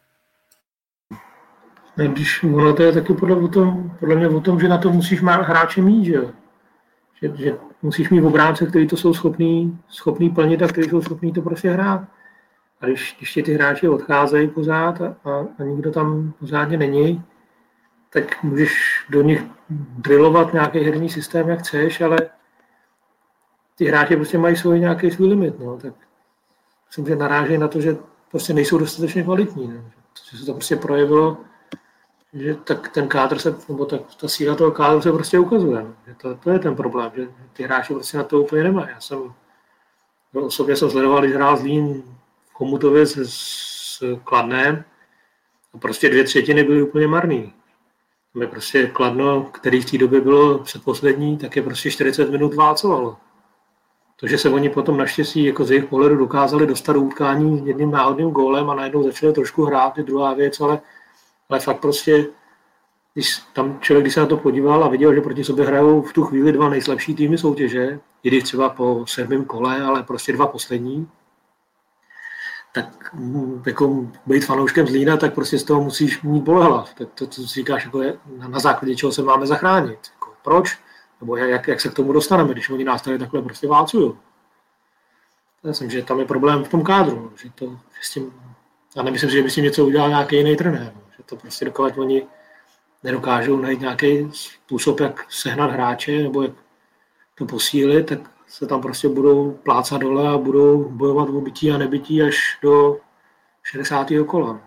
E: Když ono to je taky podle mě o tom, že na to musíš hráče mít, že musíš mít obránce, kteří to jsou schopný plnit a kteří jsou schopní to prostě hrát. A když ti ty hráči odcházejí pořád a nikdo tam pořádně není, tak můžeš do nich drillovat nějaký herní systém, jak chceš, ale ty hráči prostě mají nějaký svůj limit. No. Tak myslím, že narážejí na to, že prostě nejsou dostatečně kvalitní. No. Že se to prostě projevilo, že tak ten kádr nebo ta síla toho kádru se prostě ukazuje. No. Že to je ten problém, že ty hráči prostě na to úplně nemají. Osobně jsem sledoval, když hrál Zlín v Chomutově s Kladnem a prostě 2/3 byly úplně marný. Tam je prostě Kladno, který v té době bylo předposlední, tak je prostě 40 minut válcovalo. To, že se oni potom naštěstí jako z jejich pohledu dokázali dostat do utkání jedním náhodným gólem a najednou začali trošku hrát, je druhá věc, ale fakt prostě, když se na to podíval a viděl, že proti sobě hrajou v tu chvíli 2 nejslabší týmy soutěže, i když třeba po 7. kole, ale prostě 2 poslední, tak jako být fanouškem Zlína, tak prostě z toho musíš mít bolehlav. Tak to, co si říkáš, jako je, na základě čeho se máme zachránit. Jako, proč? Nebo jak se k tomu dostaneme, když oni nás tady takhle prostě válcují. Já myslím, že tam je problém v tom kádru. Že s tím, já nemyslím, že by s tím něco udělal nějaký jiný trenér. Že to prostě dokud oni nedokážou najít nějaký způsob, jak sehnat hráče nebo jak to posílit, tak se tam prostě budou plácat dole a budou bojovat o bytí a nebytí až do 60. kola.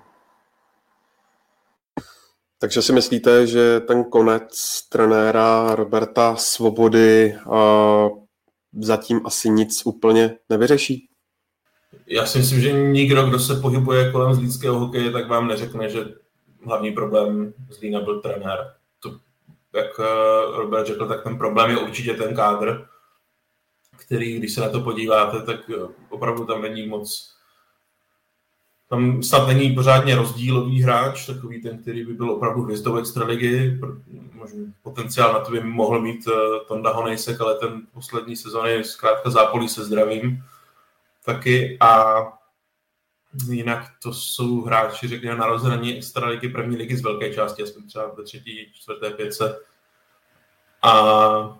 D: Takže si myslíte, že ten konec trenéra Roberta Svobody zatím asi nic úplně nevyřeší?
G: Já si myslím, že nikdo, kdo se pohybuje kolem zlínského hokeje, tak vám neřekne, že hlavní problém Zlína byl trenér. To, jak Robert řekl, tak ten problém je určitě ten kádr, který, když se na to podíváte, tak opravdu tam není moc. Tam snad není pořádně rozdílový hráč, takový ten, který by byl opravdu hvězdou extraligy. Možná potenciál na to by mohl mít Tonda Honejsek, ale ten poslední sezóny zkrátka zápolí se zdravím taky. A jinak to jsou hráči, řekněme, narození extraligy první ligy z velké části, aspoň třeba ve 3., 4., 5. A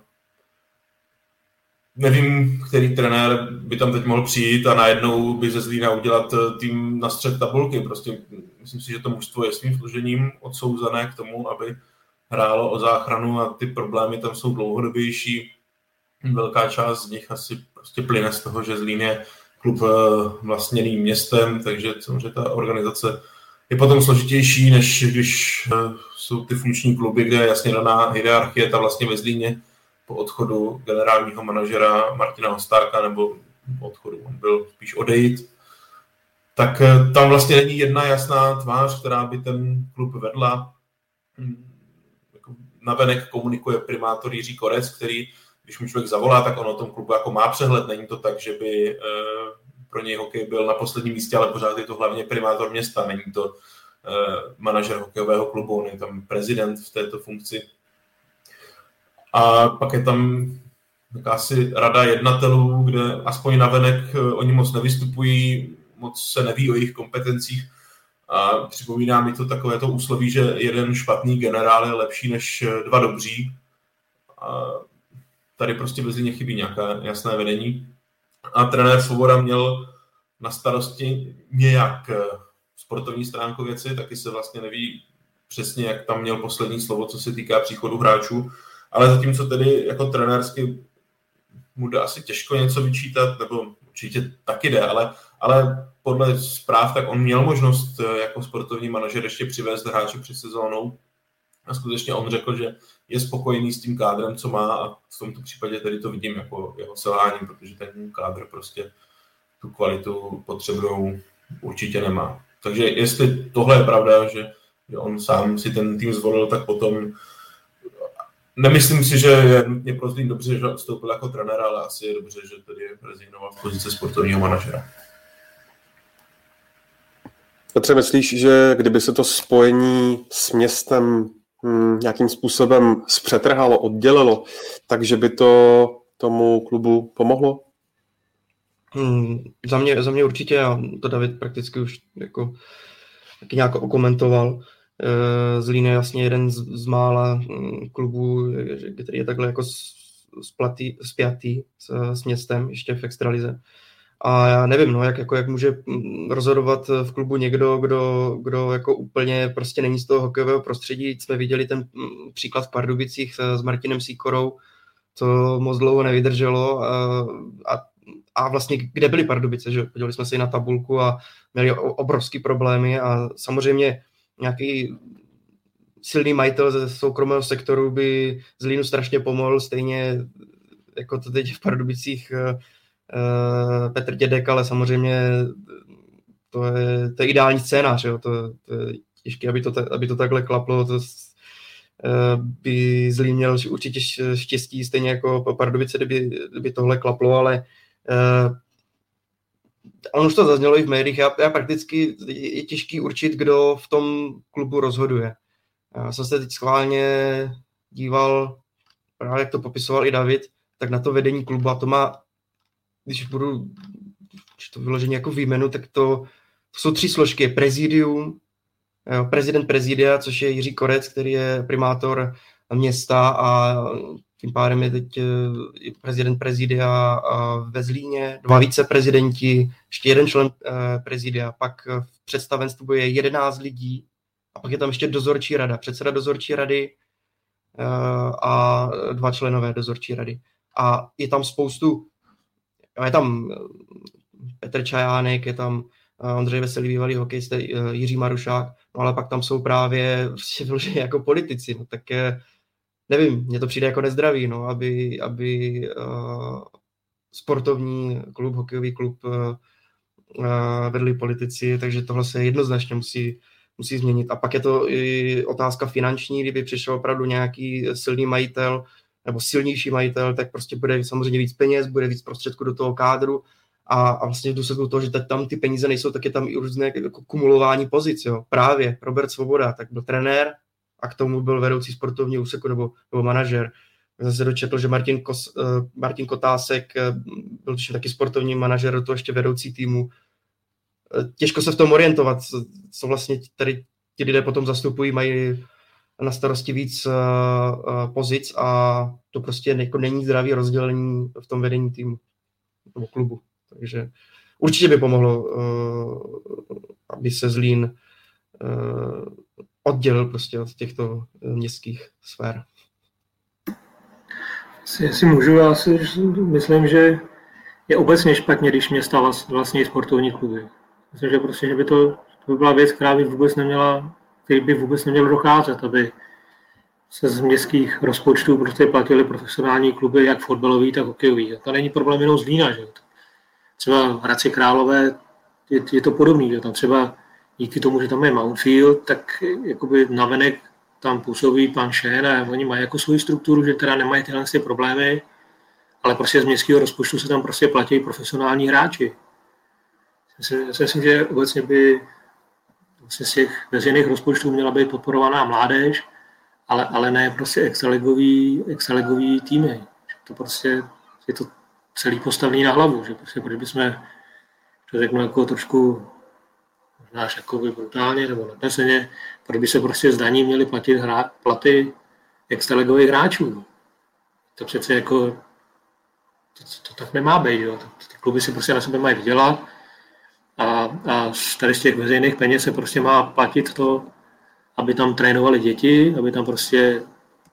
G: nevím, který trenér by tam teď mohl přijít a najednou by ze Zlína udělat tým na střed tabulky. Prostě myslím si, že to mužstvo je svým složením odsouzené k tomu, aby hrálo o záchranu a ty problémy tam jsou dlouhodobější. Velká část z nich asi prostě plyne z toho, že Zlín je klub vlastněný městem, takže samozřejmě ta organizace je potom složitější, než když jsou ty funkční kluby, kde je jasně daná hierarchie, ta vlastně ve Zlíně po odchodu generálního manažera Martina Hostáka, nebo po odchodu, on byl spíš odejít, tak tam vlastně není jedna jasná tvář, která by ten klub vedla. Navenek komunikuje primátor Jiří Korec, který, když mu člověk zavolá, tak on o tom klubu jako má přehled. Není to tak, že by pro něj hokej byl na posledním místě, ale pořád je to hlavně primátor města. Není to manažer hokejového klubu, on je tam prezident v této funkci. A pak je tam jakási rada jednatelů, kde aspoň navenek oni moc nevystupují, moc se neví o jejich kompetencích. A připomíná mi to takové to úsloví, že jeden špatný generál je lepší než 2 dobří. A tady prostě ve Zlíně chybí nějaké jasné vedení. A trenér Svoboda měl na starosti nějak sportovní stránku věci, taky se vlastně neví přesně, jak tam měl poslední slovo, co se týká příchodu hráčů. Ale zatímco tedy jako trenérsky mu jde asi těžko něco vyčítat, nebo určitě taky jde, ale podle zpráv, tak on měl možnost jako sportovní manažer ještě přivést hráče před sezónou a skutečně on řekl, že je spokojený s tím kádrem, co má a v tomto případě tady to vidím jako jeho selhání, protože ten kádr prostě tu kvalitu potřebnou určitě nemá. Takže jestli tohle je pravda, že on sám si ten tým zvolil, tak potom nemyslím si, že je nutně pro Zlín dobře, že odstoupil jako trenér, ale asi je dobře, že tedy rezignoval v pozici sportovního manažera.
D: Petře, myslíš, že kdyby se to spojení s městem nějakým způsobem zpřetrhalo, oddělilo, takže by to tomu klubu pomohlo?
F: Za mě určitě, a to David prakticky už jako taky nějak okomentoval. Zlín je jasně jeden z mála klubů, který je takhle jako spjatý s městem, ještě v extralize. A já nevím, no, jak může rozhodovat v klubu někdo, kdo jako úplně prostě není z toho hokejového prostředí. Jsme viděli ten příklad v Pardubicích s Martinem Sýkorou, to moc dlouho nevydrželo a vlastně kde byly Pardubice, že podívali jsme se i na tabulku a měli obrovský problémy a samozřejmě nějaký silný majitel ze soukromého sektoru by Zlínu strašně pomohl, stejně jako to teď v Pardubicích Petr Dědek, ale samozřejmě to je ideální scénář, jo? To je těžké, aby to takhle klaplo, to by Zlín měl určitě štěstí, stejně jako Pardubice, kdyby tohle klaplo, ale on už to zaznělo i v médiích, já prakticky je těžký určit, kdo v tom klubu rozhoduje. Já jsem se teď schválně díval, právě jak to popisoval i David, tak na to vedení klubu a to má, když to vyložení jako výjmenu, tak to jsou 3 složky. Prezidium, prezident prezidia, což je Jiří Korec, který je primátor města a tím pádem je teď prezident prezidia ve Zlíně, 2 viceprezidenti, ještě 1 člen prezidia, pak v představenstvu je 11 lidí a pak je tam ještě dozorčí rada, předseda dozorčí rady a 2 členové dozorčí rady. A je tam je tam Petr Čajánek, je tam Ondřej Veselý, bývalý hokejista, Jiří Marušák, no ale pak tam jsou právě prostě jako politici, no tak nevím, mně to přijde jako nezdravý, no, aby sportovní klub, hokejový klub vedli politici, takže tohle se jednoznačně musí změnit. A pak je to i otázka finanční, kdyby přišel opravdu nějaký silný majitel nebo silnější majitel, tak prostě bude samozřejmě víc peněz, bude víc prostředků do toho kádru a vlastně v důsledku toho, že tam ty peníze nejsou, tak je tam i různé jako kumulování pozic. Jo. Právě Robert Svoboda, tak byl trenér a k tomu byl vedoucí sportovního úseku nebo manažer. Já jsem se dočetl, že Martin Kotásek byl taky sportovní manažer, do toho ještě vedoucí týmu. Těžko se v tom orientovat, co vlastně tady ti lidé potom zastupují, mají na starosti víc pozic a to prostě jako není zdravý rozdělení v tom vedení týmu nebo klubu. Takže určitě by pomohlo, aby se Zlín oddělil prostě od těchto městských sfér.
E: Jestli můžu, já si myslím, že je obecně špatně, když města vlastně sportovní kluby. Myslím, že prostě, že by to by byla věc, která by vůbec neměla docházet, aby se z městských rozpočtů prostě platili profesionální kluby, jak fotbalový, tak hokejový. To není problém jenom Zlína, že? Třeba v Hradci Králové je to podobný, že tam třeba díky tomu, že tam je Mountfield, tak jakoby navenek tam působí pan Šén a oni mají jako svou strukturu, že teda nemají tyhle problémy, ale prostě z městského rozpočtu se tam prostě platí profesionální hráči. Já si myslím, že obecně by vlastně z těch veřejných rozpočtů měla být podporovaná mládež, ale ne prostě extraligový týmy. To prostě je to celý postavený na hlavu, že prostě, protože bychom, to řeknu jako trošku možná jako brutálně nebo nadneseně, protože by se prostě z daní měly platit platy extraligových hráčů. To přece jako to tak nemá být, jo. Ty kluby si prostě na sebe mají vydělat a tady z těch veřejných peněz se prostě má platit to, aby tam trénovali děti, aby tam prostě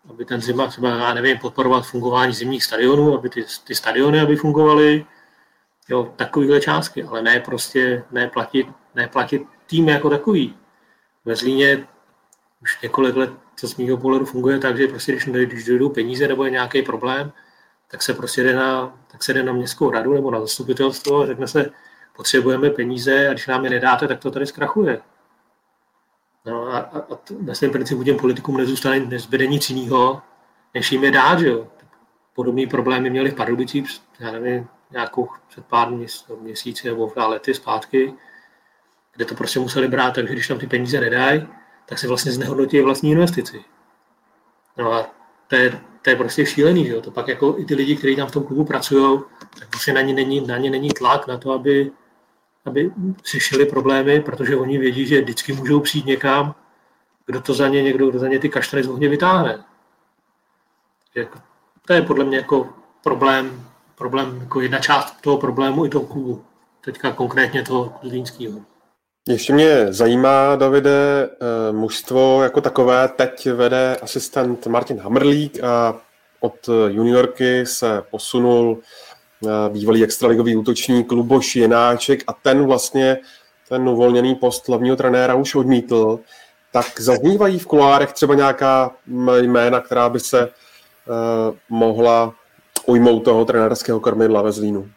E: aby ten zima třeba, já nevím, podporovat fungování zimních stadionů, aby ty stadiony aby fungovaly, jo, takovýhle částky, ale ne platit tým jako takový. Ve Zlíně už několik let, co z mýho pohledu funguje tak, že prostě když dojdou peníze nebo je nějaký problém, tak se prostě jde na městskou radu nebo na zastupitelstvo a řekne se, potřebujeme peníze a když nám je nedáte, tak to tady zkrachuje. No a na svém principu těm politikům nezbyde nic jiného, než jim je dát, že jo. Podobný problémy měli v Pardubicích, já nevím, nějakou před pár měsíci nebo lety zpátky, kde to prostě museli brát, takže když tam ty peníze nedají, tak se vlastně znehodnotí vlastní investici. No a to je prostě šílený, že jo. To pak jako i ty lidi, kteří tam v tom klubu pracují, tak prostě na ně není tlak na to, aby řešili problémy, protože oni vědí, že vždycky můžou přijít někam, kdo za ně ty kaštany z ohně vytáhne. To je podle mě jako problém jako jedna část toho problému i toho klubu. Teďka konkrétně toho zlínského.
D: Ještě mě zajímá, Davide, mužstvo jako takové teď vede asistent Martin Hamrlík a od juniorky se posunul bývalý extraligový útočník Luboš Jenáček a ten uvolněný post hlavního trenéra už odmítl. Tak zaznívají v kuloárech třeba nějaká jména, která by se mohla ujmout toho trenérského kormidla ve Zlínu?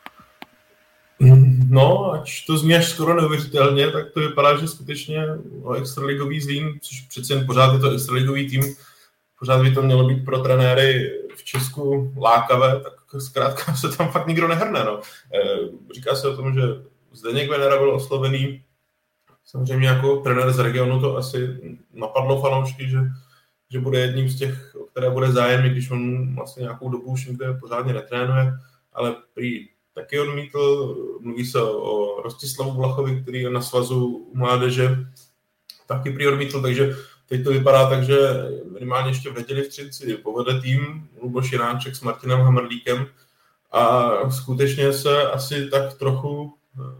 G: No, ať to zní až skoro neuvěřitelně, tak to vypadá, že skutečně extraligový Zlín, což přece jen pořád je to extraligový tým, pořád by to mělo být pro trenéry v Česku lákavé, tak zkrátka se tam fakt nikdo nehrne. No. Říká se o tom, že Zdeněk Venera byl oslovený, samozřejmě jako trenér z regionu to asi napadlo fanoušky, že bude jedním z těch, o které bude zájem, i když on vlastně nějakou dobu už nikde pořádně netrénuje, ale prý taky odmítl. Mluví se o Rostislavu Vlachovi, který je na svazu mládeže, taky prý odmítl, takže teď to vypadá tak, že minimálně ještě v neděli v Třinci povede tým Luboš Jenáček s Martinem Hamrlíkem a skutečně se asi tak trochu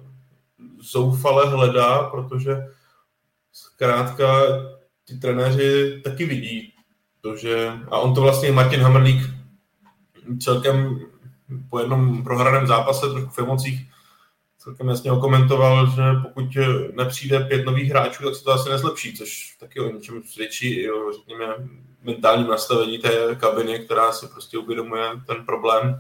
G: zoufale hledá, protože zkrátka ty trenéři taky vidí to, že... A on to vlastně Martin Hamrlík celkem po jednom prohraném zápase trochu v emocích celkem jasně okomentoval, že pokud nepřijde 5 nových hráčů, tak se to asi nezlepší, což taky o něčem svědčí i o, řekněme, mentálním nastavení té kabiny, která si prostě uvědomuje ten problém.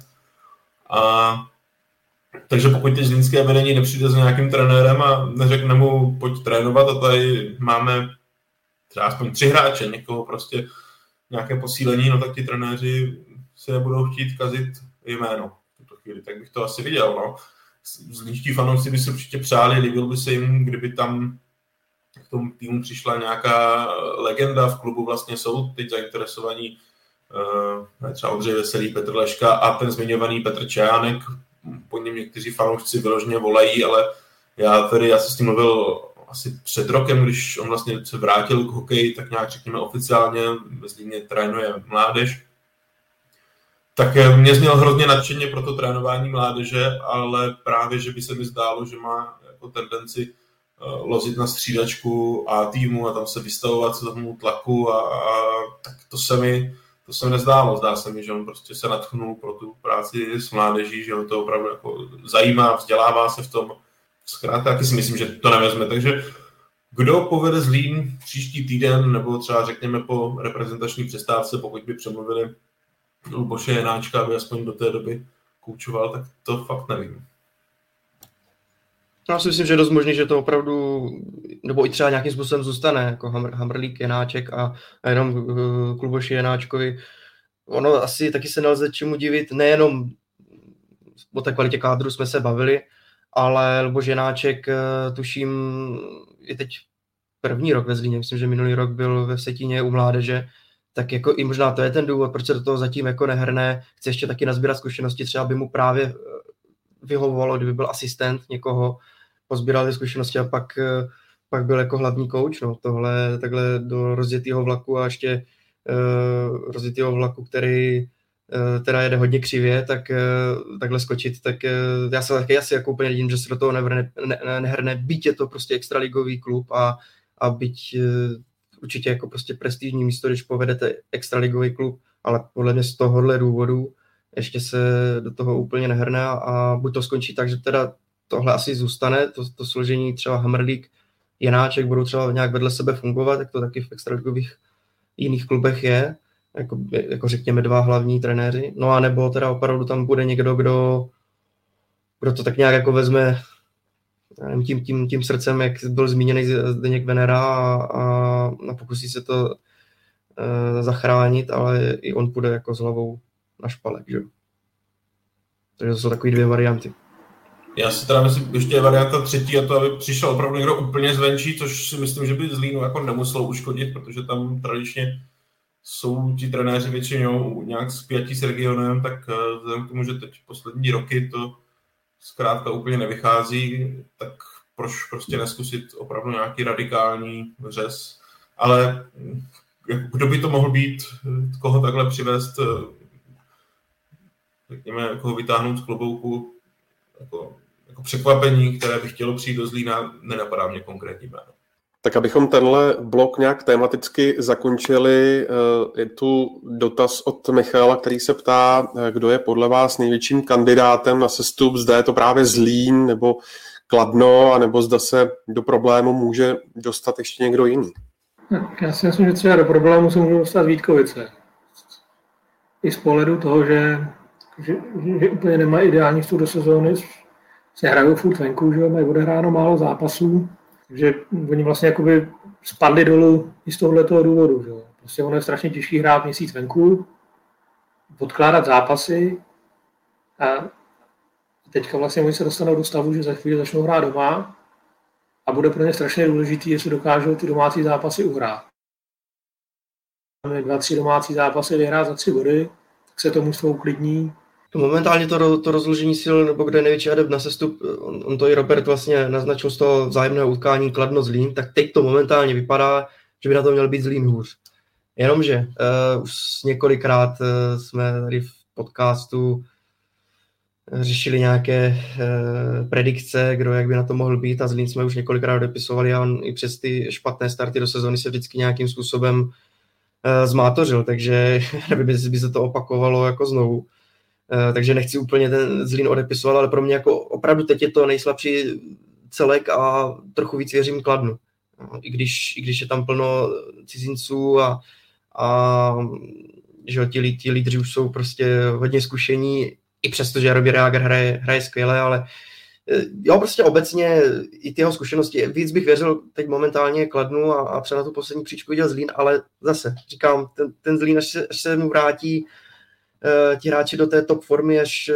G: A takže pokud ty zlínské vedení nepřijde s nějakým trenérem a neřekne mu, pojď trénovat a tady máme třeba aspoň 3 hráče, někoho prostě nějaké posílení, no tak ti trenéři si nebudou chtít kazit jméno v tuto chvíli, tak bych to asi viděl, no. Zlínští fanoušci by se určitě přáli, líbil by se jim, kdyby tam k tomu týmu přišla nějaká legenda v klubu, vlastně jsou teď zainteresovaní třeba Ondřej Veselý, Petr Leška a ten zmiňovaný Petr Čajánek, po něm někteří fanoušci vyloženě volají, ale já jsem s tím mluvil asi před rokem, když on vlastně se vrátil k hokeji, tak nějak řekněme oficiálně, ve Zlíně trénuje mládež. Tak mě zněl hrozně nadšeně pro to trénování mládeže, ale právě, že by se mi zdálo, že má jako tendenci lozit na střídačku a týmu a tam se vystavovat se tomu tlaku a tak to se mi nezdálo. Zdá se mi, že on prostě se nadchnul pro tu práci s mládeží, že ho to opravdu jako zajímá, vzdělává se v tom. Zkrátka taky si myslím, že to nevezme. Takže kdo povede Zlín příští týden, nebo třeba řekněme po reprezentační přestávce, pokud by přemluvili Luboše Jenáčka, aby aspoň do té doby koučoval, tak to fakt nevím.
F: Já si myslím, že je dost možný, že to opravdu, nebo i třeba nějakým způsobem zůstane, jako Hamrlík, Jenáček a jenom k Luboši Jenáčkovi. Ono asi taky se nelze čemu divit, nejenom o té kvalitě kádru jsme se bavili, ale Luboš Jenáček, tuším, je teď první rok ve Zlíně, myslím, že minulý rok byl ve Vsetíně u mládeže, tak jako i možná to je ten důvod, proč se do toho zatím jako nehrne, chce ještě taky nazbírat zkušenosti, třeba by mu právě vyhovovalo, kdyby byl asistent někoho, pozbíral ty zkušenosti a pak byl jako hlavní kouč, no, tohle takhle do rozjetého vlaku a ještě rozjetého vlaku, který teda jede hodně křivě, tak takhle skočit, tak já se taky asi jako úplně vidím, že se do toho nehrne, byť je to prostě extraligový klub a byť určitě jako prostě prestižní místo, když povedete extraligový klub, ale podle mě z tohohle důvodu ještě se do toho úplně nehrne a buď to skončí tak, že teda tohle asi zůstane, to složení třeba Hamrlík, Janáček budou třeba nějak vedle sebe fungovat, jak to taky v extraligových jiných klubech je, jako řekněme 2 hlavní trenéři, no a nebo teda opravdu tam bude někdo, kdo to tak nějak jako vezme tím srdcem, jak byl zmíněný Zdeněk Venera a pokusí se to zachránit, ale i on půjde jako s hlavou na špalek, že? Takže to jsou takové 2 varianty.
G: Já si teda myslím, ještě je varianta 3, a to, aby přišel opravdu někdo úplně zvenčí, což si myslím, že by Zlínu jako nemuselo uškodit, protože tam tradičně jsou ti trenéři většinou nějak spjatí s regionem, tak vzhledem k tomu, že teď poslední roky to zkrátka úplně nevychází, tak proč prostě neskusit opravdu nějaký radikální řez. Ale kdo by to mohl být, koho takhle přivést, řekněme, jako ho vytáhnout z klobouku, jako překvapení, které by chtělo přijít do Zlína, nenapadá mě konkrétní jméno.
D: Tak abychom tenhle blok nějak tematicky zakončili, je tu dotaz od Michala, který se ptá, kdo je podle vás největším kandidátem na sestup, zda je to právě Zlín nebo Kladno, anebo zda se do problému může dostat ještě někdo jiný.
E: Tak já si myslím, že třeba do problému se můžou dostat Vítkovice. I z pohledu toho, že úplně nemají ideální vstup do sezóny, se hrajou furt venku, že mají odehráno málo zápasů, takže oni vlastně jakoby spadli dolů i z tohoto důvodu. Že? Prostě ono je strašně těžký hrát měsíc venku, odkládat zápasy a teďka vlastně oni se dostanou do stavu, že za chvíli začnou hrát doma a bude pro ně strašně důležitý, jestli dokážou ty domácí zápasy uhrát. 2-3 domácí zápasy vyhrát za 3 body, tak se to mužstvo uklidní.
F: Momentálně to rozložení sil, nebo kde je největší adept na sestup, on to i Robert vlastně naznačil z toho vzájemného utkání Kladno-Zlín, tak teď to momentálně vypadá, že by na to měl být Zlín hůř. Jenomže už několikrát jsme tady v podcastu řešili nějaké predikce, kdo jak by na to mohl být, a Zlín jsme už několikrát odepisovali a on i přes ty špatné starty do sezóny se vždycky nějakým způsobem zmátořil, takže nevím, jestli by se to opakovalo jako znovu. Takže nechci úplně ten Zlín odepisovat, ale pro mě jako opravdu teď je to nejslabší celek a trochu víc věřím Kladnu. I když je tam plno cizinců a že ti lídři už jsou prostě hodně zkušení, i přesto, že Robbie Reager hraje skvěle, ale jo, prostě obecně i ty jeho zkušenosti. Víc bych věřil teď momentálně Kladnu a třeba na tu poslední příčku viděl Zlín, ale zase říkám, ten Zlín, až se mu vrátí ti hráči do té top formy,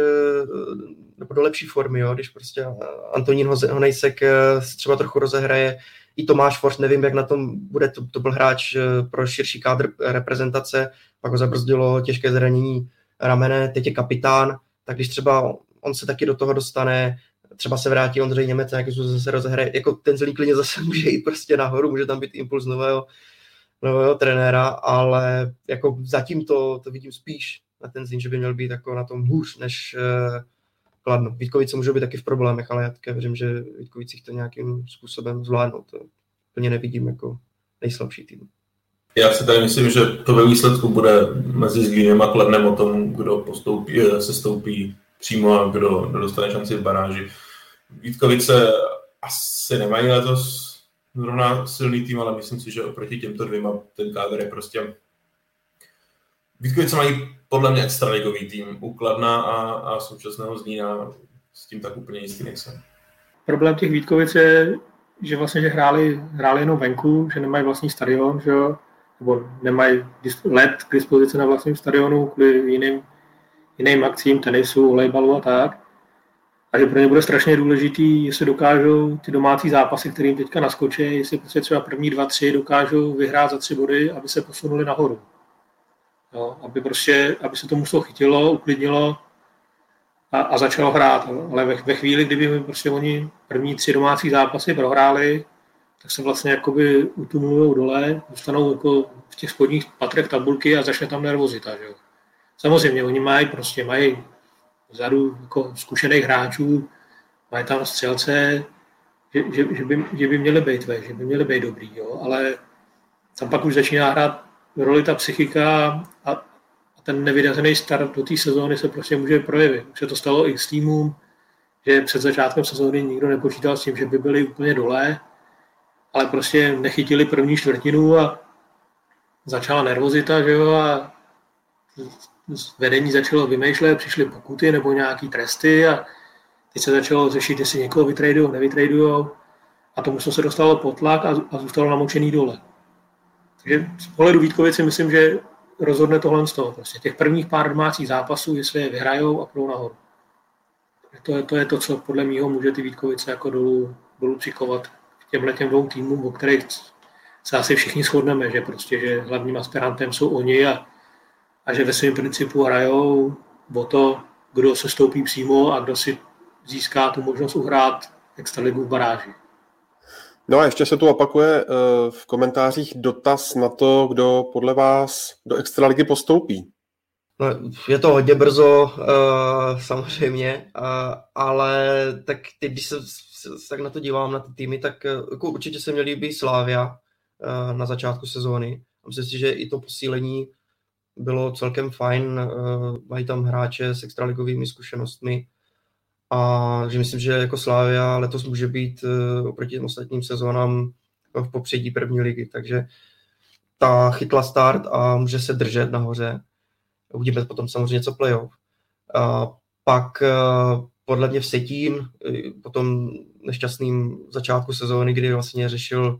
F: nebo do lepší formy, jo, když prostě Antonín Honejsek třeba trochu rozehraje, i Tomáš Forst, nevím, jak na tom bude, to byl hráč pro širší kádr reprezentace, pak ho zabrzdilo těžké zranění ramene, teď je kapitán, tak když třeba on se taky do toho dostane, třeba se vrátí Ondřej Němec, nějakým způsobem zase rozehraje, jako ten Zlín klidně zase může jít prostě nahoru, může tam být impuls nového trenéra, ale jako zatím to vidím spíš na ten Zlín, že by měl být jako na tom hůř než Kladno. Vítkovice můžou být taky v problémech, ale já také věřím, že Vítkovicích to nějakým způsobem zvládnou. To plně nevidím jako nejslabší tým.
G: Já si tady myslím, že to ve výsledku bude mezi Zlínem a Kladnem o tom, kdo sestoupí přímo a kdo dostane šanci v baráži. Vítkovice asi nemají letos zrovna silný tým, ale myslím si, že oproti těmto dvěma ten kádr je prostě... Vítkovice mají podle mě extraligový tým u Kladna a současného Zlína, s tím tak úplně jistý nejsem.
E: Problém těch Vítkovic je, že vlastně že hráli jenom venku, že nemají vlastní stadion, že jo? Nebo nemají let k dispozici na vlastním stadionu kvůli jiným akcím, tenisu, volejbalu a tak. A že pro ně bude strašně důležitý, jestli dokážou ty domácí zápasy, kterým teďka naskočí, jestli prostě třeba první 2-3 dokážou vyhrát za 3 body, aby se posunuli nahoru. Jo, aby se to mužstvo chytilo, uklidnilo a začalo hrát. Ale ve chvíli, kdyby prostě oni první 3 domácí zápasy prohráli, tak se vlastně jakoby utumulujou dole, dostanou jako v těch spodních patrech tabulky a začne tam nervozita. Že? Samozřejmě, oni mají vzadu jako zkušených hráčů, mají tam střelce, že by měli být že by měli být dobrý, jo? Ale tam pak už začíná hrát roli ta psychika a ten nevydařený start do té sezóny se prostě může projevit. Už se to stalo i s týmům, že před začátkem sezóny nikdo nepočítal s tím, že by byli úplně dole, ale prostě nechytili první čtvrtinu a začala nervozita, že jo, a vedení začalo vymýšlet, přišly pokuty nebo nějaký tresty a teď se začalo řešit, jestli někoho vytradujou, nevytradujou a tomu se dostalo pod tlak a zůstalo namočený dole. Takže z pohledu Vítkovic si myslím, že rozhodne tohle z toho. Prostě těch prvních pár domácích zápasů, jestli je vyhrajou a půjdou nahoru. To je to, co podle mýho může ty Vítkovice jako dolů přikovat k těmhletěm dvou týmům, o kterých se asi všichni shodneme, že prostě, že hlavním aspirantem jsou oni a že ve svém principu hrajou o to, kdo se stoupí přímo a kdo si získá tu možnost uhrát extraligu v baráži.
D: No a ještě se tu opakuje v komentářích dotaz na to, kdo podle vás do extraligy postoupí.
F: No, je to hodně brzo, samozřejmě, ale tak teď, když se tak na to dívám, na ty týmy, tak jako určitě se mi líbí Slavia na začátku sezóny. Myslím si, že i to posílení bylo celkem fajn, mají tam hráče s extraligovými zkušenostmi a že myslím, že jako Slavia letos může být oproti ostatním sezónám v popředí první ligy, takže ta chytla start a může se držet nahoře. Uvidíme potom samozřejmě co playoff. Pak podle mě Vsetín po tom nešťastným začátku sezóny, kdy vlastně řešil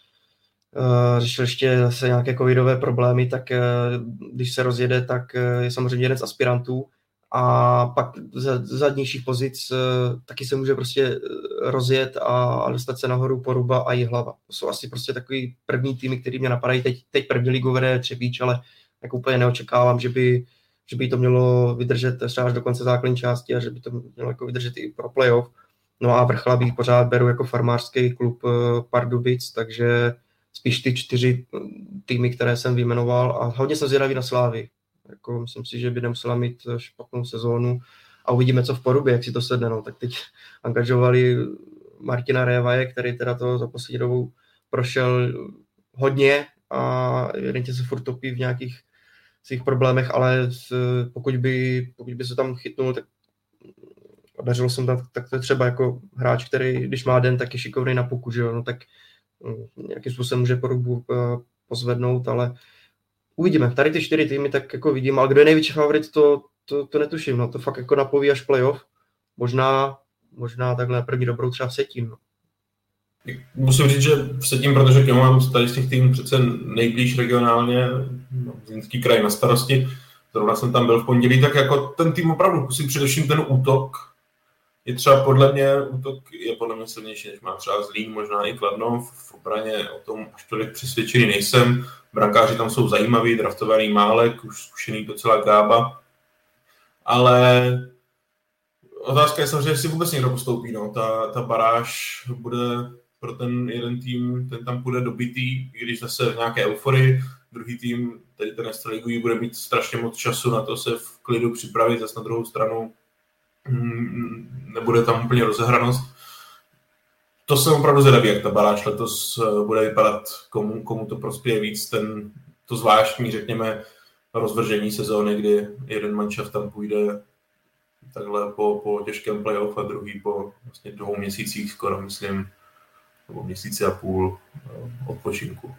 F: ještě zase nějaké covidové problémy, tak když se rozjede, tak je samozřejmě jeden z aspirantů a pak z zadnějších pozic taky se může prostě rozjet a dostat se nahoru Poruba a Jihlava. To jsou asi prostě takový první týmy, který mě napadají. Teď první ligu vede Třebíč, ale tak úplně neočekávám, že by to mělo vydržet třeba až do konce základní části a že by to mělo jako vydržet i pro playoff. No a Vrchlabí pořád beru jako farmářský klub Pardubic, takže spíš ty 4 týmy, které jsem vyjmenoval a hodně jsem zvědavý na Slávy. Jako myslím si, že by nemusela mít špatnou sezónu a uvidíme, co v Porubě, jak si to sedne. No. Tak teď angažovali Martina Révaje, který teda to za poslední dobou prošel hodně a evidentně se furt topí v nějakých svých problémech, ale pokud by se tam chytnul, tak dařilo jsem tam, tak to je třeba jako hráč, který, když má den, tak je šikovný na puku, že jo, no tak nějakým způsobem může Porubu pozvednout, ale uvidíme. Tady ty 4 týmy tak jako vidím, ale kdo je největší favorit, to netuším, no to fakt jako napoví až playoff, možná takhle na první dobrou třeba Vsetín, no.
G: Musím říct, že Vsetín, protože k němu mám tady z těch týmů přece nejblíž regionálně, Zlínský kraj na starosti, zrovna jsem tam byl v pondělí, tak jako ten tým opravdu kusí především ten útok. Je třeba podle mě, útok je podle mě silnější, než má třeba Zlín, možná i Kladno, v obraně o tom až tolik přesvědčený nejsem. Brankáři tam jsou zajímaví, draftovaný Málek, už zkušený docela Gába, ale otázka je samozřejmě, jestli vůbec někdo postoupí. No. Ta baráž bude pro ten jeden tým, ten tam bude dobitý, i když zase v nějaké euforii. Druhý tým, tedy ten extraligový, bude mít strašně moc času na to se v klidu připravit, zase na druhou stranu nebude tam úplně rozehranost. To jsem opravdu zvědavý, jak ta baráž letos bude vypadat, komu to prospěje víc, to zvláštní, řekněme, rozvržení sezóny, kdy jeden manšaft tam půjde takhle po těžkém playoff a druhý po vlastně 2 měsících skoro, myslím, nebo 1,5 měsíce odpočinku.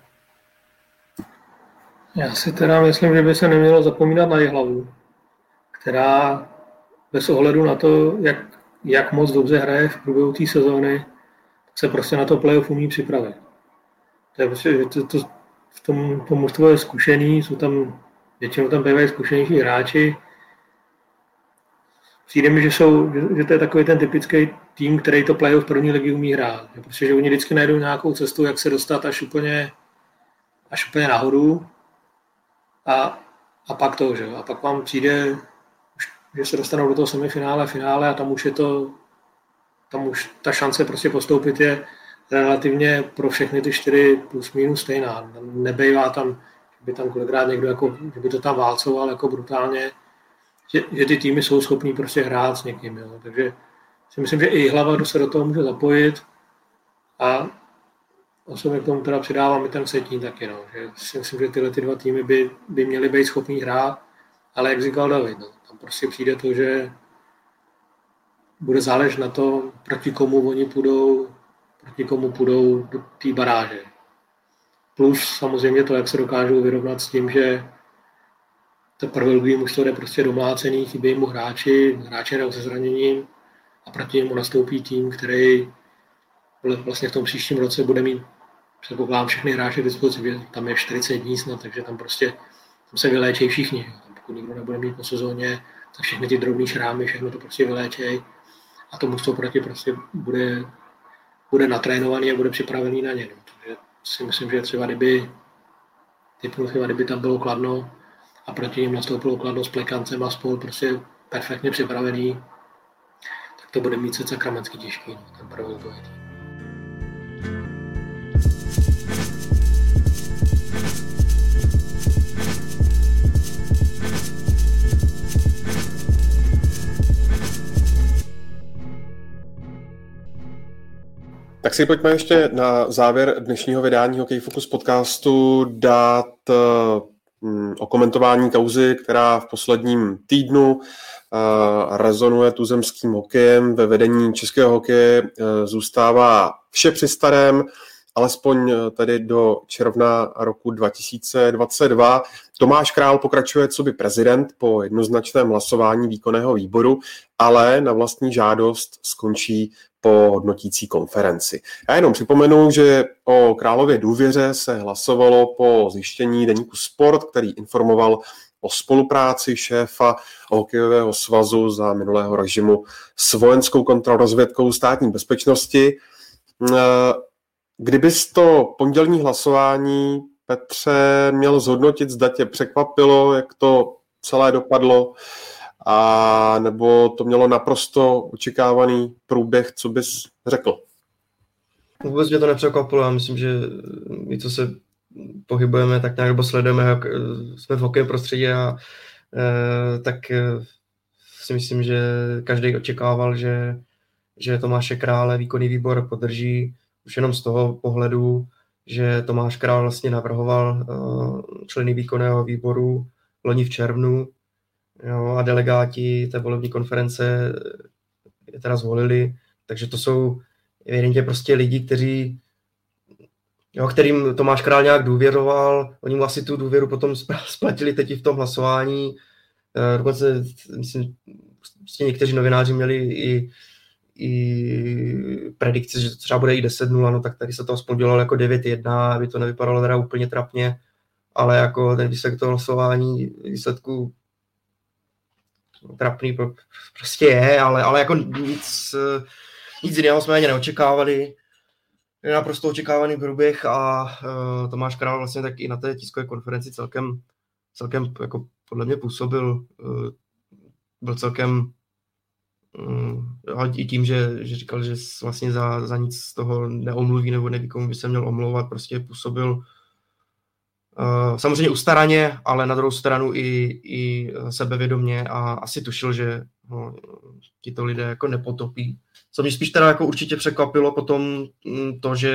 E: Já si teda myslím, že by se nemělo zapomínat na Jihlavu, která bez ohledu na to, jak moc dobře hraje v průběhu té sezóny, se prostě na to playoff umí připravit. To je prostě, že to v tom mužstvu je zkušený, většinou tam bývají zkušenější hráči. Přijde mi, že to je takový ten typický tým, který to playoff první ligy umí hrát. Protože že oni vždycky najdou nějakou cestu, jak se dostat až úplně nahoru a pak to, že? A pak vám přijde, že se dostanou do toho semifinále, finále a tam už ta šance prostě postoupit je relativně pro všechny ty 4 plus minus stejná. Nebejvá tam, že by tam kolikrát někdo jako, že by to tam válcoval jako brutálně, že ty týmy jsou schopní prostě hrát s někým. Jo. Takže si myslím, že i Hlava se do toho může zapojit a osobně k tomu teda přidávám i ten Vsetín taky, no, že si myslím, že tyhle ty dva týmy by měly být schopný hrát, ale jak říkal David, no, tam prostě přijde to, že bude záležet na to, proti komu oni půjdou do té baráže. Plus samozřejmě to, jak se dokážou vyrovnat s tím, že to prvoligové mužstvo jde prostě domlácený, chybí mu hráči jdou se zraněním a proti němu nastoupí tým, který vlastně v tom příštím roce bude mít, předpokládám, všechny hráče k dispozici, tam je 40 dní snad, takže tam se vyléčejí všichni. Tam pokud nikdo nebude mít po sezóně, tak všechny ty drobné šrámy, všechno to prostě vyléčejí a to mužstvo proti prostě bude natrénovaný a bude připravený na ně. No. Takže si myslím, že třeba kdyby tam bylo Kladno a proti ním nastoupilo Kladno s Plekancem a spolu prostě perfektně připravený, tak to bude mít se sakramensky těžký, no, ten první dvojitý.
D: Tak si pojďme ještě na závěr dnešního vydání Hokej Focus podcastu dát okomentování kauzy, která v posledním týdnu rezonuje tuzemským hokejem. Ve vedení českého hokeje zůstává vše při starém, alespoň tedy do června roku 2022. Tomáš Král pokračuje coby prezident po jednoznačném hlasování výkonného výboru, ale na vlastní žádost skončí po hodnotící konferenci. Já jenom připomenu, že o Králově důvěře se hlasovalo po zjištění deníku Sport, který informoval o spolupráci šéfa hokejového svazu za minulého režimu s vojenskou kontrarozvědkou státní bezpečnosti. Kdybys to pondělní hlasování, Petře, měl zhodnotit, zda tě překvapilo, jak to celé dopadlo, a nebo to mělo naprosto očekávaný průběh, co bys řekl?
F: Vůbec mě to nepřekvapilo. Já myslím, že my, co se pohybujeme, tak nějak nebo sledujeme, jsme v hokejovém prostředí a tak si myslím, že každý očekával, že Tomáše Krále výkonný výbor podrží už jenom z toho pohledu, že Tomáš Král vlastně navrhoval členy výkonného výboru loni v červnu, jo, a delegáti té volební konference je teda zvolili, takže to jsou evidentně prostě lidi, kterým Tomáš Král nějak důvěřoval, oni mu asi tu důvěru potom splatili teď i v tom hlasování, dokonce myslím, prostě někteří novináři měli i predikci, že to třeba bude i 10-0, no tak tady se to aspoň dělalo jako 9-1, aby to nevypadalo teda úplně trapně, ale jako ten výsledek toho hlasování, výsledku trapný prostě je, ale jako nic jiného jsme ani neočekávali. Je naprosto očekávaný průběh a Tomáš Král vlastně tak i na té tiskové konferenci celkem jako podle mě působil, byl celkem i tím, že říkal, že vlastně za nic z toho neomluví nebo neví, komu by se měl omlouvat, prostě působil samozřejmě ustaraně, ale na druhou stranu i sebevědomě a asi tušil, že tito lidé jako nepotopí. Co mě spíš teda jako určitě překvapilo potom to, že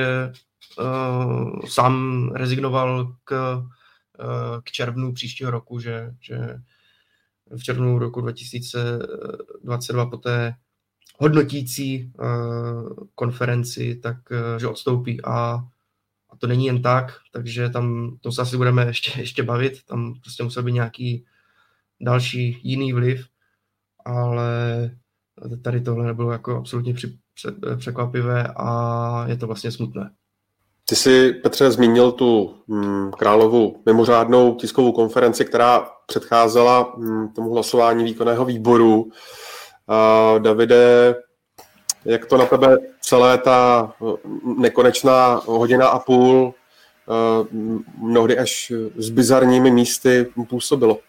F: sám rezignoval k červnu příštího roku, že v červnu roku 2022 po té hodnotící konferenci, tak že odstoupí a to není jen tak, takže tam to se asi budeme ještě bavit, tam prostě musel být nějaký další jiný vliv, ale tady tohle nebylo jako absolutně překvapivé a je to vlastně smutné.
D: Ty jsi, Petře, zmínil tu Královu mimořádnou tiskovou konferenci, která předcházela tomu hlasování výkonného výboru. Davide, jak to na tebe celé ta nekonečná hodina a půl, mnohdy až s bizarními místy působilo?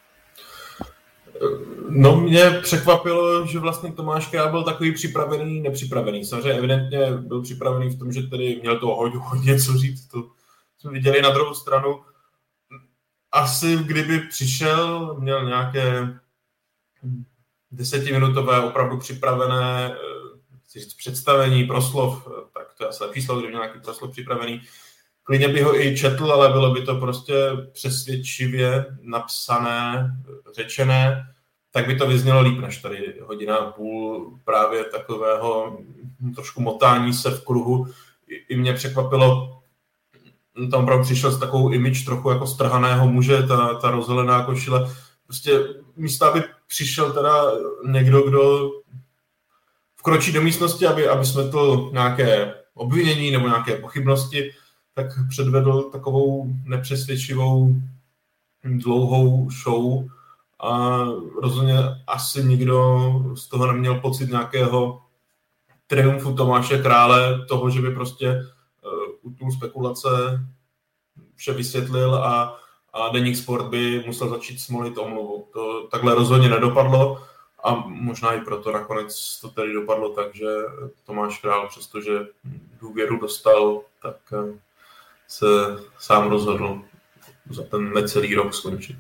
G: No, mě překvapilo, že vlastně Tomáš Král byl takový připravený, nepřipravený. Samozřejmě evidentně byl připravený v tom, že tedy měl toho hodně co říct, to jsme viděli. Na druhou stranu. Asi kdyby přišel, měl nějaké 10minutové opravdu připravené představení, proslov, tak to je asi lepší slovo, kdyby měl nějaký proslov připravený, klidně bych ho i četl, ale bylo by to prostě přesvědčivě napsané, řečené, tak by to vyznělo líp než tady hodina a půl právě takového trošku motání se v kruhu. I mě překvapilo, tam opravdu přišel s takovou image trochu jako strhaného muže, ta rozhalená košile. Prostě místo, aby přišel teda někdo, kdo vkročí do místnosti, aby smetl nějaké obvinění nebo nějaké pochybnosti, tak předvedl takovou nepřesvědčivou dlouhou show a rozhodně asi nikdo z toho neměl pocit nějakého triumfu Tomáše Krále, toho, že by prostě utnul spekulace, vše vysvětlil a Deník Sport by musel začít smolit omluvu. To takhle rozhodně nedopadlo a možná i proto nakonec to tedy dopadlo tak, že Tomáš Král, přestože důvěru dostal, tak se sám rozhodl za ten necelý rok skončit.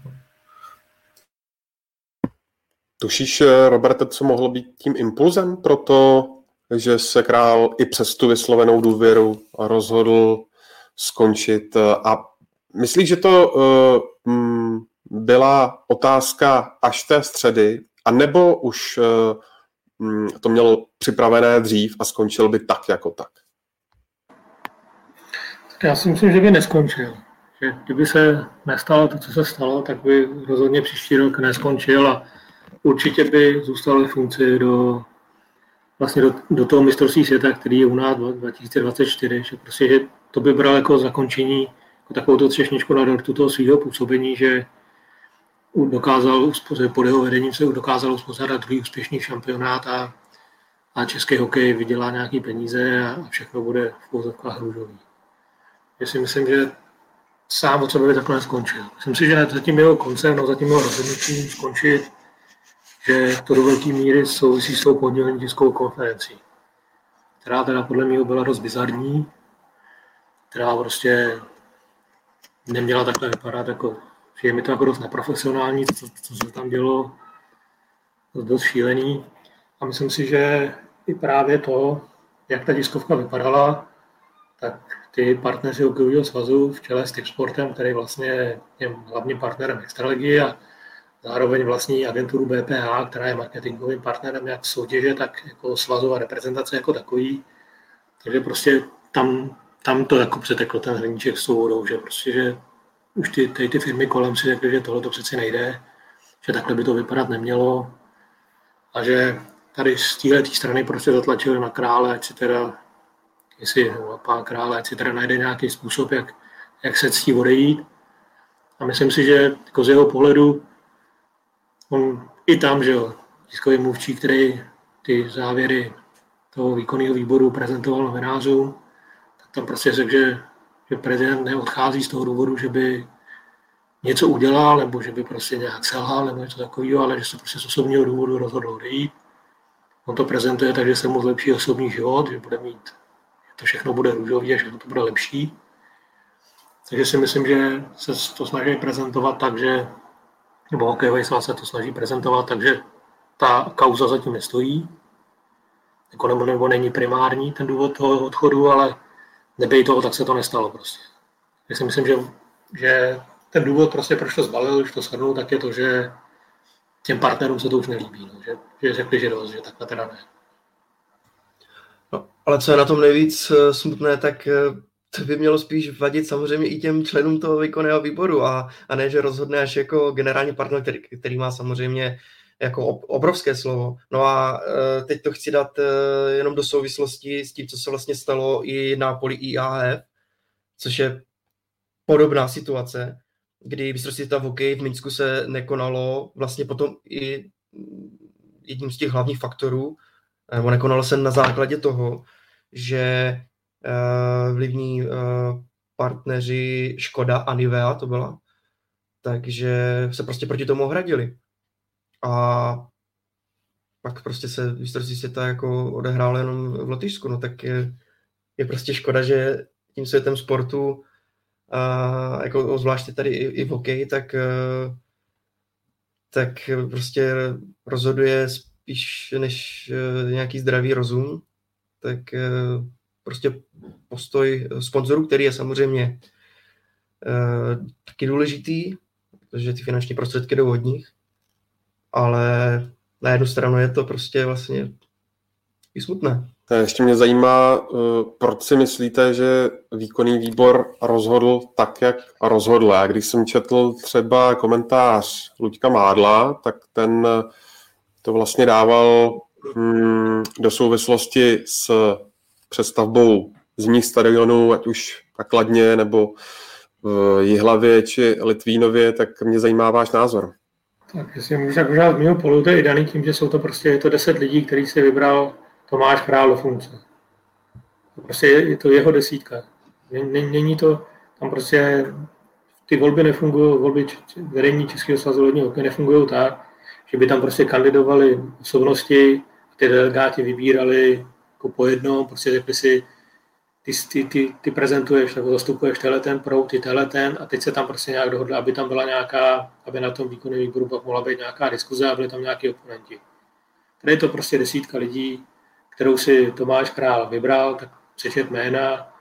D: Tušíš, Roberte, co mohlo být tím impulzem pro to, že se Král i přes tu vyslovenou důvěru rozhodl skončit? A myslíš, že to byla otázka až té středy, anebo už to měl připravené dřív a skončil by tak jako tak?
E: Já si myslím, že by neskončil. Že kdyby se nestalo to, co se stalo, tak by rozhodně příští rok neskončil a určitě by zůstal ve funkci do toho mistrovství světa, který je u nás 2024, že prostě že to by bral jako zakončení, jako takovou to třešničku na dortu toho svého působení, že dokázal, pod jeho vedením se dokázal uspořádat druhý úspěšný šampionát a český hokej vydělá nějaký peníze a všechno bude v pouzovkách růžový. Já si myslím, že sám od sebe by takhle neskončil. Myslím si, že zatím jeho koncem, zatím jeho rozhodnutím skončit, že to do velké míry souvisí s tou pondělní tiskovou konferencí, která teda podle mě byla dost bizarní, která prostě neměla takhle vypadat, jako, že je mi to jako dost neprofesionální, co se tam dělo, dost šílený. A myslím si, že i právě to, jak ta tiskovka vypadala, tak ty partneři hokejového svazu v čele s Tipsportem, který vlastně je hlavním partnerem Extraligy a zároveň vlastní agenturu BPH, která je marketingovým partnerem jak soutěže, tak jako svazová reprezentace jako takový. Takže prostě tam to jako přeteklo ten hrníček s tou vodou, že prostě, že už ty firmy kolem si řekly, že tohle to přeci nejde, že takhle by to vypadat nemělo a že tady z této strany prostě zatlačili na Krále, ať si teda najde nějaký způsob, jak se ctí odejít. A myslím si, že jako z jeho pohledu on i tam, že jo, tiskový mluvčí, který ty závěry toho výkonného výboru prezentoval novinářům, tak tam prostě řekl, že prezident neodchází z toho důvodu, že by něco udělal, nebo že by prostě nějak selhal, nebo něco takového, ale že se prostě z osobního důvodu rozhodl odejít. On to prezentuje tak, že se mu zlepší osobní život, že to všechno bude růžový a všechno to bude lepší. Takže si myslím, že se to snaží prezentovat tak, že nebo hokejový svaz se to snaží prezentovat, takže ta kauza zatím nestojí. Jako nebo není primární ten důvod toho odchodu, ale nebej toho, tak se to nestalo prostě. Já si myslím, že ten důvod prostě, proč to zbalil, už to shrnul, tak je to, že těm partnerům se to už nelíbí. No, že řekli, že dost, že takhle teda ne.
F: No, ale co je na tom nejvíc smutné, tak to by mělo spíš vadit samozřejmě i těm členům toho výkonného výboru a ne, že rozhodne až jako generální partner, který má samozřejmě jako obrovské slovo. No a teď to chci dát jenom do souvislosti s tím, co se vlastně stalo i na poli IAF, což je podobná situace, kdy mistrovství světa v hokeji v Minsku se nekonalo vlastně potom i jedním z těch hlavních faktorů, nebo nekonalo se na základě toho, že vlivní partneři Škoda a Nivea to byla, takže se prostě proti tomu ohradili. A pak prostě se mistrovství světa jako odehrálo jenom v Lotyšsku, no tak je prostě škoda, že tím světem sportu jako zvláště tady i v hokeji, tak prostě rozhoduje spíš než nějaký zdravý rozum, tak prostě postoj sponzorů, který je samozřejmě taky důležitý, protože ty finanční prostředky jdou od nich, ale na jednu stranu je to prostě vlastně i smutné.
D: Ještě mě zajímá, proč si myslíte, že výkonný výbor rozhodl tak, jak rozhodl. Já když jsem četl třeba komentář Luďka Mádla, tak ten to vlastně dával do souvislosti s přestavbou zimních stadionů, ať už na Kladně, nebo v Jihlavě či Litvínově, tak mě zajímá váš názor.
E: Tak jestli můžu tak možná z mého pohledu, to je i daný tím, že jsou to prostě, je to 10 lidí, který si vybral Tomáš Král do funkce. Prostě je to jeho desítka. Není to, tam prostě ty volby nefungují, volby vedení Českého svazu ledního hokeje nefungují tak, že by tam prostě kandidovali osobnosti, ty delegáti vybírali jako po jednom, prostě řekli si, ty prezentuješ nebo zastupuješ ten proud, ty ten a teď se tam prostě nějak dohodli, aby tam byla nějaká, aby na tom výkonném výboru pak mohla být nějaká diskuze a byly tam nějaký oponenti. Tady je to prostě desítka lidí, kterou si Tomáš Král vybral, tak přečet jména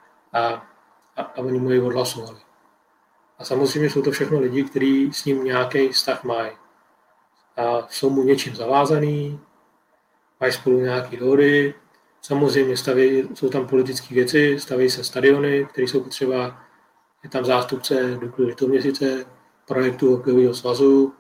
E: a oni mu ji odhlasovali. A samozřejmě jsou to všechno lidi, kteří s ním nějaký vztah mají. A jsou mu něčím zavázaný, mají spolu nějaké dohody, samozřejmě jsou tam politické věci, staví se stadiony, které jsou potřeba, je tam zástupce Dukly Litoměřice, projektu hokejového svazu,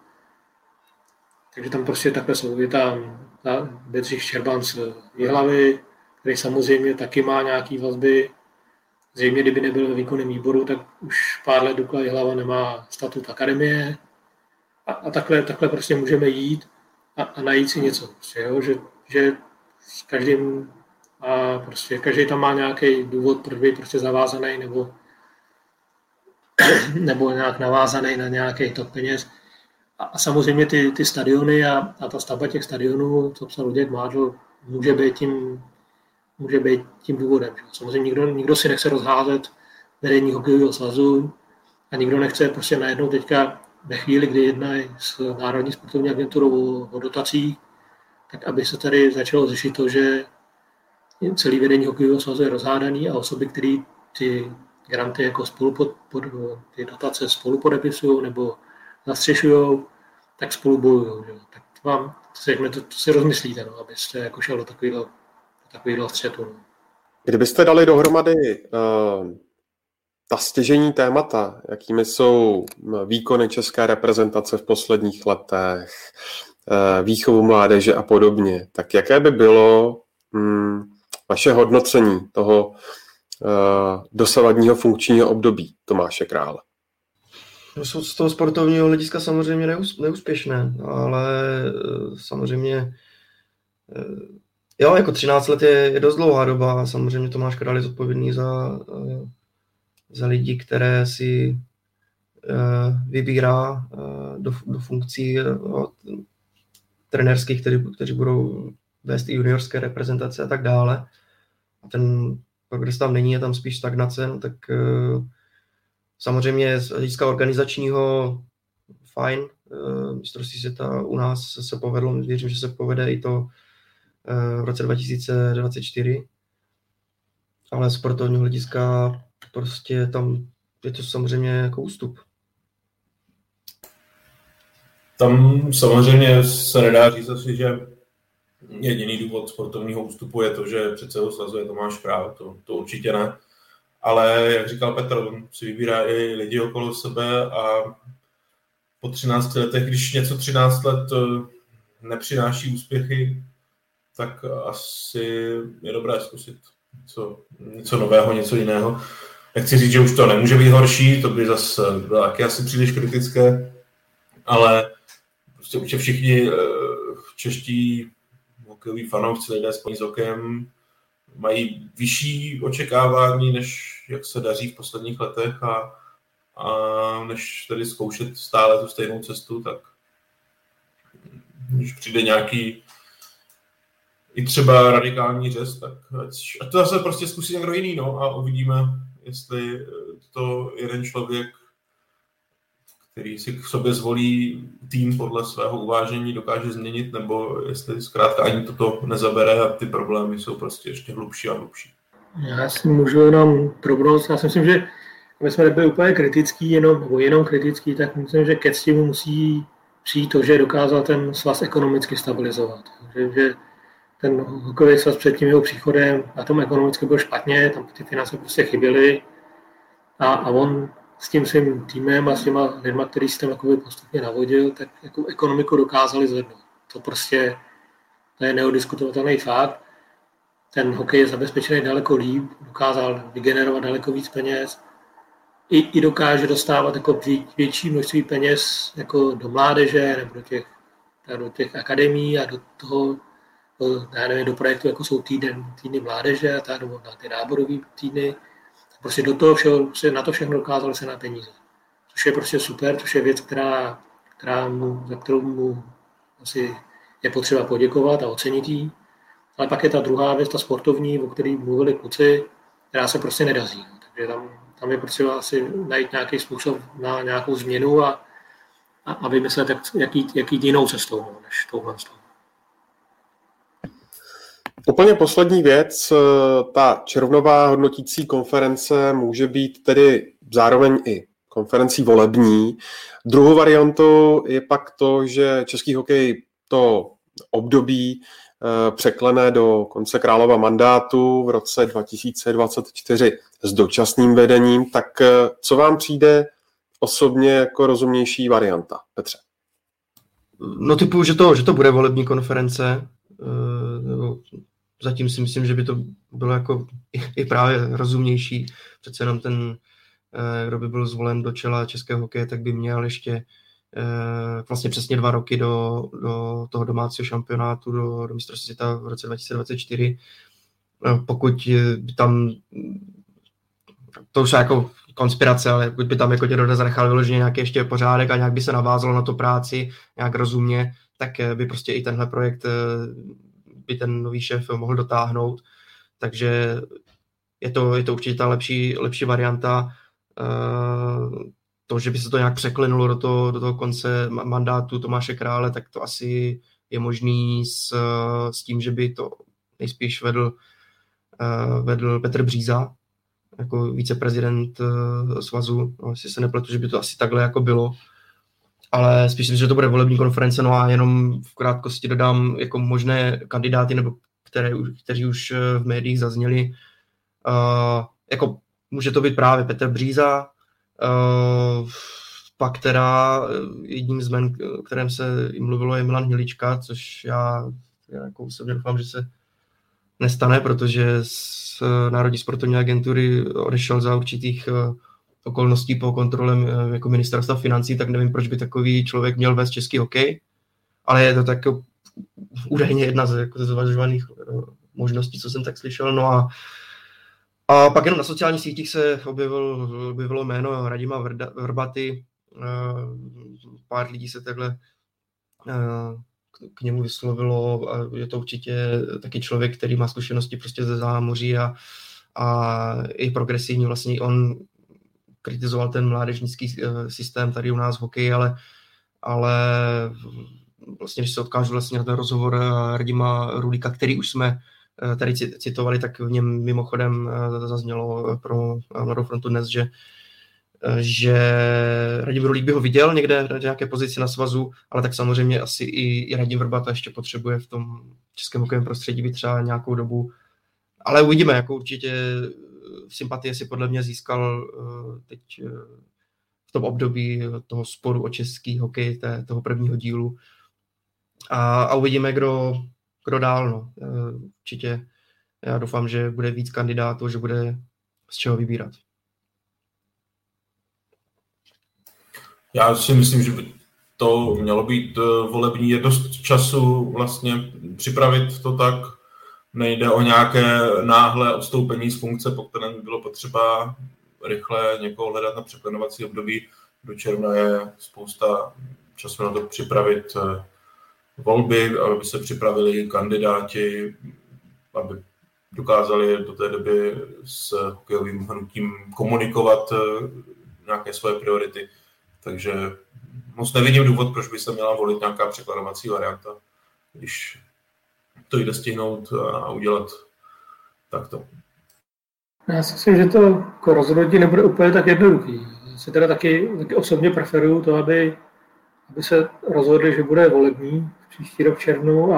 E: takže tam prostě takhle jsou. Je tam Bedřich Štěrban z Jihlavy, který samozřejmě taky má nějaké vazby. Zřejmě, kdyby nebyl ve výkonném výboru, tak už pár let Dukla Jihlava nemá statut akademie. A takhle prostě můžeme jít a najít si něco. Prostě, jo? Že s každým a prostě každý tam má nějaký důvod, proč být prostě zavázaný nebo nějak navázaný na nějaký tok peněz. A samozřejmě ty stadiony a ta stavba těch stadionů, co psal Luděk Mádl, může být tím důvodem. Že? Samozřejmě nikdo si nechce rozházet vedení hokejového svazu a nikdo nechce prostě najednou teďka ve chvíli, kdy jednají s Národní sportovní agenturou o dotacích, tak aby se tady začalo řešit to, že celý vedení hokejového svazu je rozhádaný a osoby, které ty granty jako ty dotace spolu podepisují nebo zastřešují, tak spolu bojují. Tak vám to si rozmyslíte, no, abyste jako šel do takového střetu. No.
D: Kdybyste dali dohromady ta stěžení témata, jakými jsou výkony české reprezentace v posledních letech, výchovu mládeže a podobně, tak jaké by bylo vaše hodnocení toho dosavadního funkčního období Tomáše Krále?
F: Jsou z toho sportovního hlediska samozřejmě neúspěšné, ale samozřejmě jo, jako 13 let je dost dlouhá doba a samozřejmě Tomáš Král je zodpovědný za lidi, které si vybírá do funkcí trenérských, kteří budou vést i juniorské reprezentace a tak dále. A ten progres tam není, je tam spíš stagnace, no tak samozřejmě z hlediska organizačního fajn. Mistrovství světa u nás se povedlo, věřím, že se povede i to v roce 2024. Ale z sportovního hlediska prostě tam je to samozřejmě jako ústup.
G: Tam samozřejmě se nedá říct asi, že jediný důvod sportovního ústupu je to, že předsedou svazu je Tomáš Král, to určitě ne. Ale jak říkal Petr, on si vybírá i lidi okolo sebe a po 13 letech, když něco 13 let nepřináší úspěchy, tak asi je dobré zkusit něco nového, něco jiného. Nechci říct, že už to nemůže být horší, to by zase bylo taky asi příliš kritické, ale prostě všichni čeští hokejoví fanoušci, lidé spojí s hokejem, mají vyšší očekávání, než jak se daří v posledních letech a než tedy zkoušet stále tu stejnou cestu, tak když přijde nějaký i třeba radikální řez, tak ať to zase prostě zkusí někdo jiný, no, a uvidíme, jestli to jeden člověk, který si k sobě zvolí tým podle svého uvážení, dokáže změnit, nebo jestli zkrátka ani toto nezabere a ty problémy jsou prostě ještě hlubší a hlubší.
E: Já si můžu jenom drobnost. Já si myslím, že my jsme nebyli úplně kritický, jenom kritický, tak myslím, že ke cti mu musí přijít to, že dokázal ten svaz ekonomicky stabilizovat. Že ten hokejový svaz před tím jeho příchodem na tom ekonomicky byl špatně, tam ty finance prostě chyběly a on s tím svým týmem a s těma lidma, který se tam postupně navodil, tak jako ekonomiku dokázali zvednout. To je neodiskutovatelný fakt. Ten hokej je zabezpečený daleko líp, dokázal vygenerovat daleko víc peněz, i dokáže dostávat jako větší množství peněz jako do mládeže nebo do těch akademií a do toho, já nevím, do projektu, jako jsou týdny mládeže a tak, nebo na ty náborový týdny. Prostě do toho všeho, prostě na to všechno dokázal se na peníze. Což je prostě super, což je věc, za kterou mu asi je potřeba poděkovat a ocenit jí. Ale pak je ta druhá věc, ta sportovní, o které mluvili kluci, která se prostě nedaří. Takže tam je potřeba asi najít nějaký způsob na nějakou změnu a vymyslet, jak jít jinou cestou, než touhle.
D: Úplně poslední věc, ta červnová hodnotící konference může být tedy zároveň i konferencí volební. Druhou variantou je pak to, že český hokej to období překlene do konce Králova mandátu v roce 2024 s dočasným vedením. Tak co vám přijde osobně jako rozumnější varianta, Petře?
F: No typu, že to bude volební konference. Zatím si myslím, že by to bylo jako i právě rozumnější. Přece jenom ten, kdo by byl zvolen do čela českého hokeje, tak by měl ještě vlastně přesně 2 roky do toho domácího šampionátu, do mistrovství světa v roce 2024. Pokud by tam, to už je jako konspirace, ale pokud by tam jako Děroda zanechal vyloženě nějaký ještě pořádek a nějak by se navázalo na to práci nějak rozumně, tak by prostě i tenhle projekt by ten nový šéf mohl dotáhnout. Takže je to určitě ta lepší varianta. To, že by se to nějak překlenulo do toho konce mandátu Tomáše Krále, tak to asi je možný s tím, že by to nejspíš vedl Petr Bříza jako viceprezident svazu. No, jestli se nepletu, že by to asi takhle jako bylo. Ale spíš myslím, že to bude volební konference, no a jenom v krátkosti dodám jako možné kandidáty, nebo kteří už v médiích zazněli. Jako může to být právě Petr Bříza, pak teda jedním z men, o kterém se mluvilo, je Milan Hnilička, což já jako osobně doufám, že se nestane, protože z Národní sportovní agentury odešel za určitých okolností po kontrole jako ministerstva financí, tak nevím, proč by takový člověk měl vést český hokej, ale je to tak údajně jedna z jako zvažovaných možností, co jsem tak slyšel. No a pak jenom na sociálních sítích se objevilo jméno Radima Vrbaty. Pár lidí se takhle k němu vyslovilo a je to určitě taky člověk, který má zkušenosti prostě ze zámoří a i progresivní. Vlastně on kritizoval ten mládežnický systém tady u nás v hokeji, ale vlastně, když se odkážu vlastně na ten rozhovor Radima Rulíka, který už jsme tady citovali, tak v něm mimochodem zaznělo pro Mladou frontu dnes, že Radim Rulík by ho viděl někde na nějaké pozici na svazu, ale tak samozřejmě asi i Radim Vrbata ještě potřebuje v tom českém hokejovém prostředí být třeba nějakou dobu. Ale uvidíme, jako určitě sympatie si podle mě získal teď v tom období toho sporu o český hokej, toho prvního dílu. A uvidíme, kdo dál. No. Určitě já doufám, že bude víc kandidátů, že bude z čeho vybírat.
G: Já si myslím, že by to mělo být volební. Je dost času vlastně připravit to tak. Nejde o nějaké náhlé odstoupení z funkce, po kterém by bylo potřeba rychle někoho hledat na překlenovací období. Do června je spousta času na to připravit volby, aby se připravili kandidáti, aby dokázali do té doby s hokejovým hnutím komunikovat nějaké svoje priority. Takže moc nevidím důvod, proč by se měla volit nějaká překlenovací varianta, když to jde stihnout a udělat takto.
E: Já si myslím, že to jako rozhodnutí nebude úplně tak jednoduchý. Já si teda taky osobně preferuju to, aby se rozhodli, že bude volební příští rok v červnu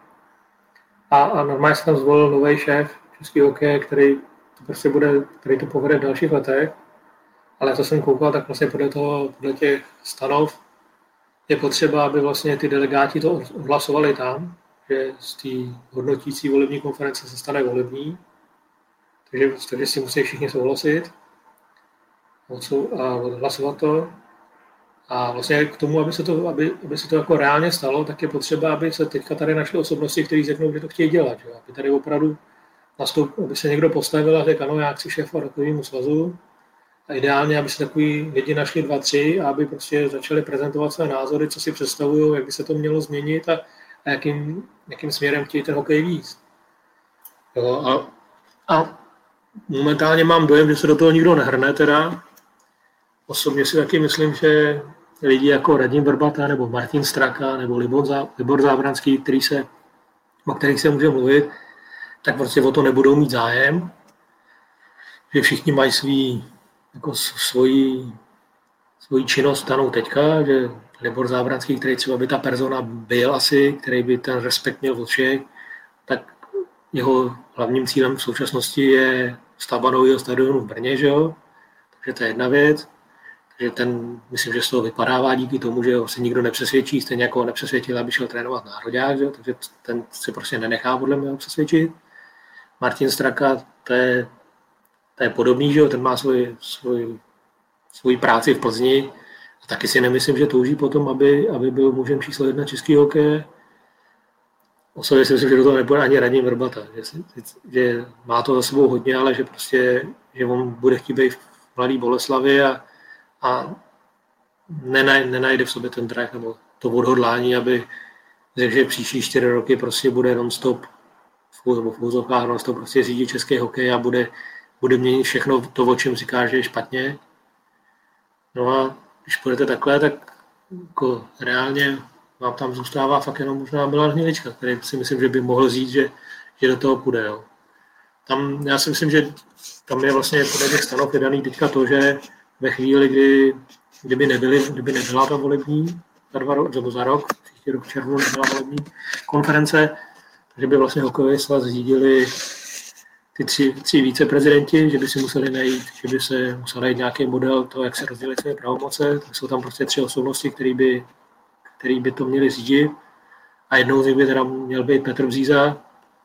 E: a normálně se tam zvolil nový šéf českého hokeje, který to povede v dalších letech. Ale to jsem koukal, tak vlastně podle těch stanov je potřeba, aby vlastně ty delegáti to odhlasovali tam, že z té hodnotící volební konference se stane volební. Takže si musí všichni souhlasit a odhlasovat to. A vlastně k tomu, aby se to jako reálně stalo, tak je potřeba, aby se teďka tady našly osobnosti, kteří řeknou, že to chtějí dělat. Že? Aby tady opravdu aby se někdo postavil a řekl, ano, já chci šéfovat takovému svazu. A ideálně, aby se takový lidi našli 2-3 a aby prostě začali prezentovat své názory, co si představují, jak by se to mělo změnit a jakým směrem chtějí ten hokej víc. Jo, a momentálně mám dojem, že se do toho nikdo nehrne teda. Osobně si taky myslím, že lidi jako Radim Vrbata nebo Martin Straka nebo Libor Zábranský, o kterých se může mluvit, tak prostě o to nebudou mít zájem. Že všichni mají svoji činnost danou teďka, že Libor Zábranský, který třeba by ta persona byl asi, který by ten respekt měl od všech, tak jeho hlavním cílem v současnosti je stavba nového stadionu v Brně, že jo? Takže to je jedna věc. Takže myslím, že z toho vypadává díky tomu, že ho se nikdo nepřesvědčí, stejně jako ho nepřesvědčil, aby šel trénovat nároďák, že? Takže ten se prostě nenechá podle mě přesvědčit. Martin Straka, to je podobný, že jo? Ten má svoji práci v Plzni a taky si nemyslím, že touží potom, aby byl mužem číslo 1 českého hokeje. Osobně si myslím, že do toho nebude ani Radim Vrbata, že má to za sebou hodně, ale že prostě, že on bude chtít být v Mladé Boleslavi a nenajde v sobě ten drive nebo to odhodlání, aby řekl, že příští 4 roky prostě bude non-stop v úzovkách non-stop prostě řídit český hokej a bude měnit všechno to, o čem říká, že je špatně. No a když půjdete takhle, tak jako reálně vám tam zůstává fakt jenom možná Milan Hnilička, který si myslím, že by mohl říct, že do toho půjde. Jo. Já si myslím, že tam je vlastně podle těch stanov je daný teďka to, že ve chvíli, kdyby nebyla ta volební za rok, příští rok v červnu nebyla volební konference, že by vlastně hokejový svaz řídili ty tři viceprezidenti, že by si museli najít, že by se musel najít nějaký model toho, jak se rozdělit své pravomoce, tak jsou tam prostě 3 osobnosti, který by to měli řídit a jednou z nich by teda měl být Petr Bříza.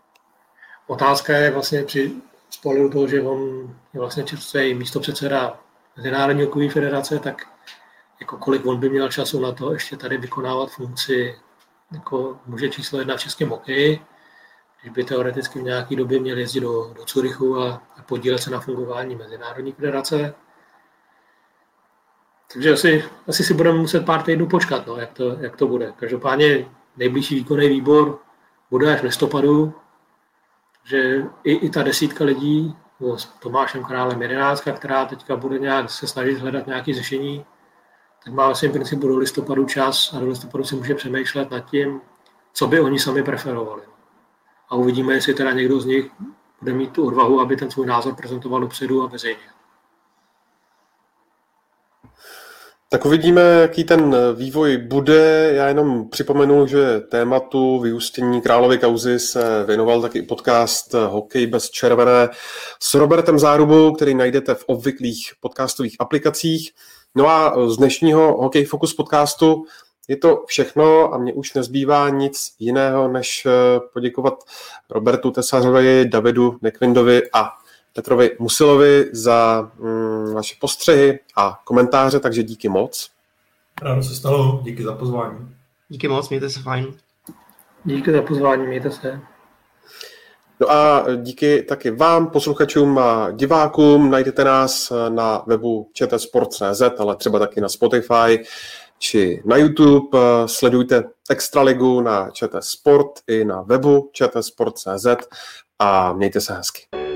E: Otázka je vlastně z pohledu toho, že on je vlastně čerstvý místopředseda Mezinárodní hokejové federace, tak jako kolik on by měl času na to ještě tady vykonávat funkci jako muže číslo 1 v českém hokeji, když by teoreticky v nějaké době měl jezdit do Curychu a podílet se na fungování Mezinárodní federace. Takže asi si budeme muset pár týdnů počkat, no, jak to bude. Každopádně nejbližší výkonný výbor bude až v listopadu, že i ta 10 lidí s Tomášem Králem 11, která teďka bude nějak se snažit hledat nějaké řešení, tak má vlastně v principu do listopadu čas a do listopadu si může přemýšlet nad tím, co by oni sami preferovali. A uvidíme, jestli teda někdo z nich bude mít tu odvahu, aby ten svůj názor prezentoval dopředu a veřejně.
D: Tak uvidíme, jaký ten vývoj bude. Já jenom připomenu, že tématu vyústění Královy kauzy se věnoval taky podcast Hokej bez červené s Robertem Zárubou, který najdete v obvyklých podcastových aplikacích. No a z dnešního Hokej Focus podcastu je to všechno a mně už nezbývá nic jiného, než poděkovat Robertu Tesařovi, Davidu Nekvindovi a Petrovi Musilovi za vaše postřehy a komentáře, takže díky moc.
G: Ráno se stalo, díky za pozvání.
F: Díky moc, mějte se fajn.
E: Díky za pozvání, mějte se.
D: No a díky taky vám, posluchačům a divákům. Najdete nás na webu čtsport.cz, ale třeba taky na Spotify či na YouTube. Sledujte Extraligu na ČT Sport i na webu čtsport.cz a mějte se hezky.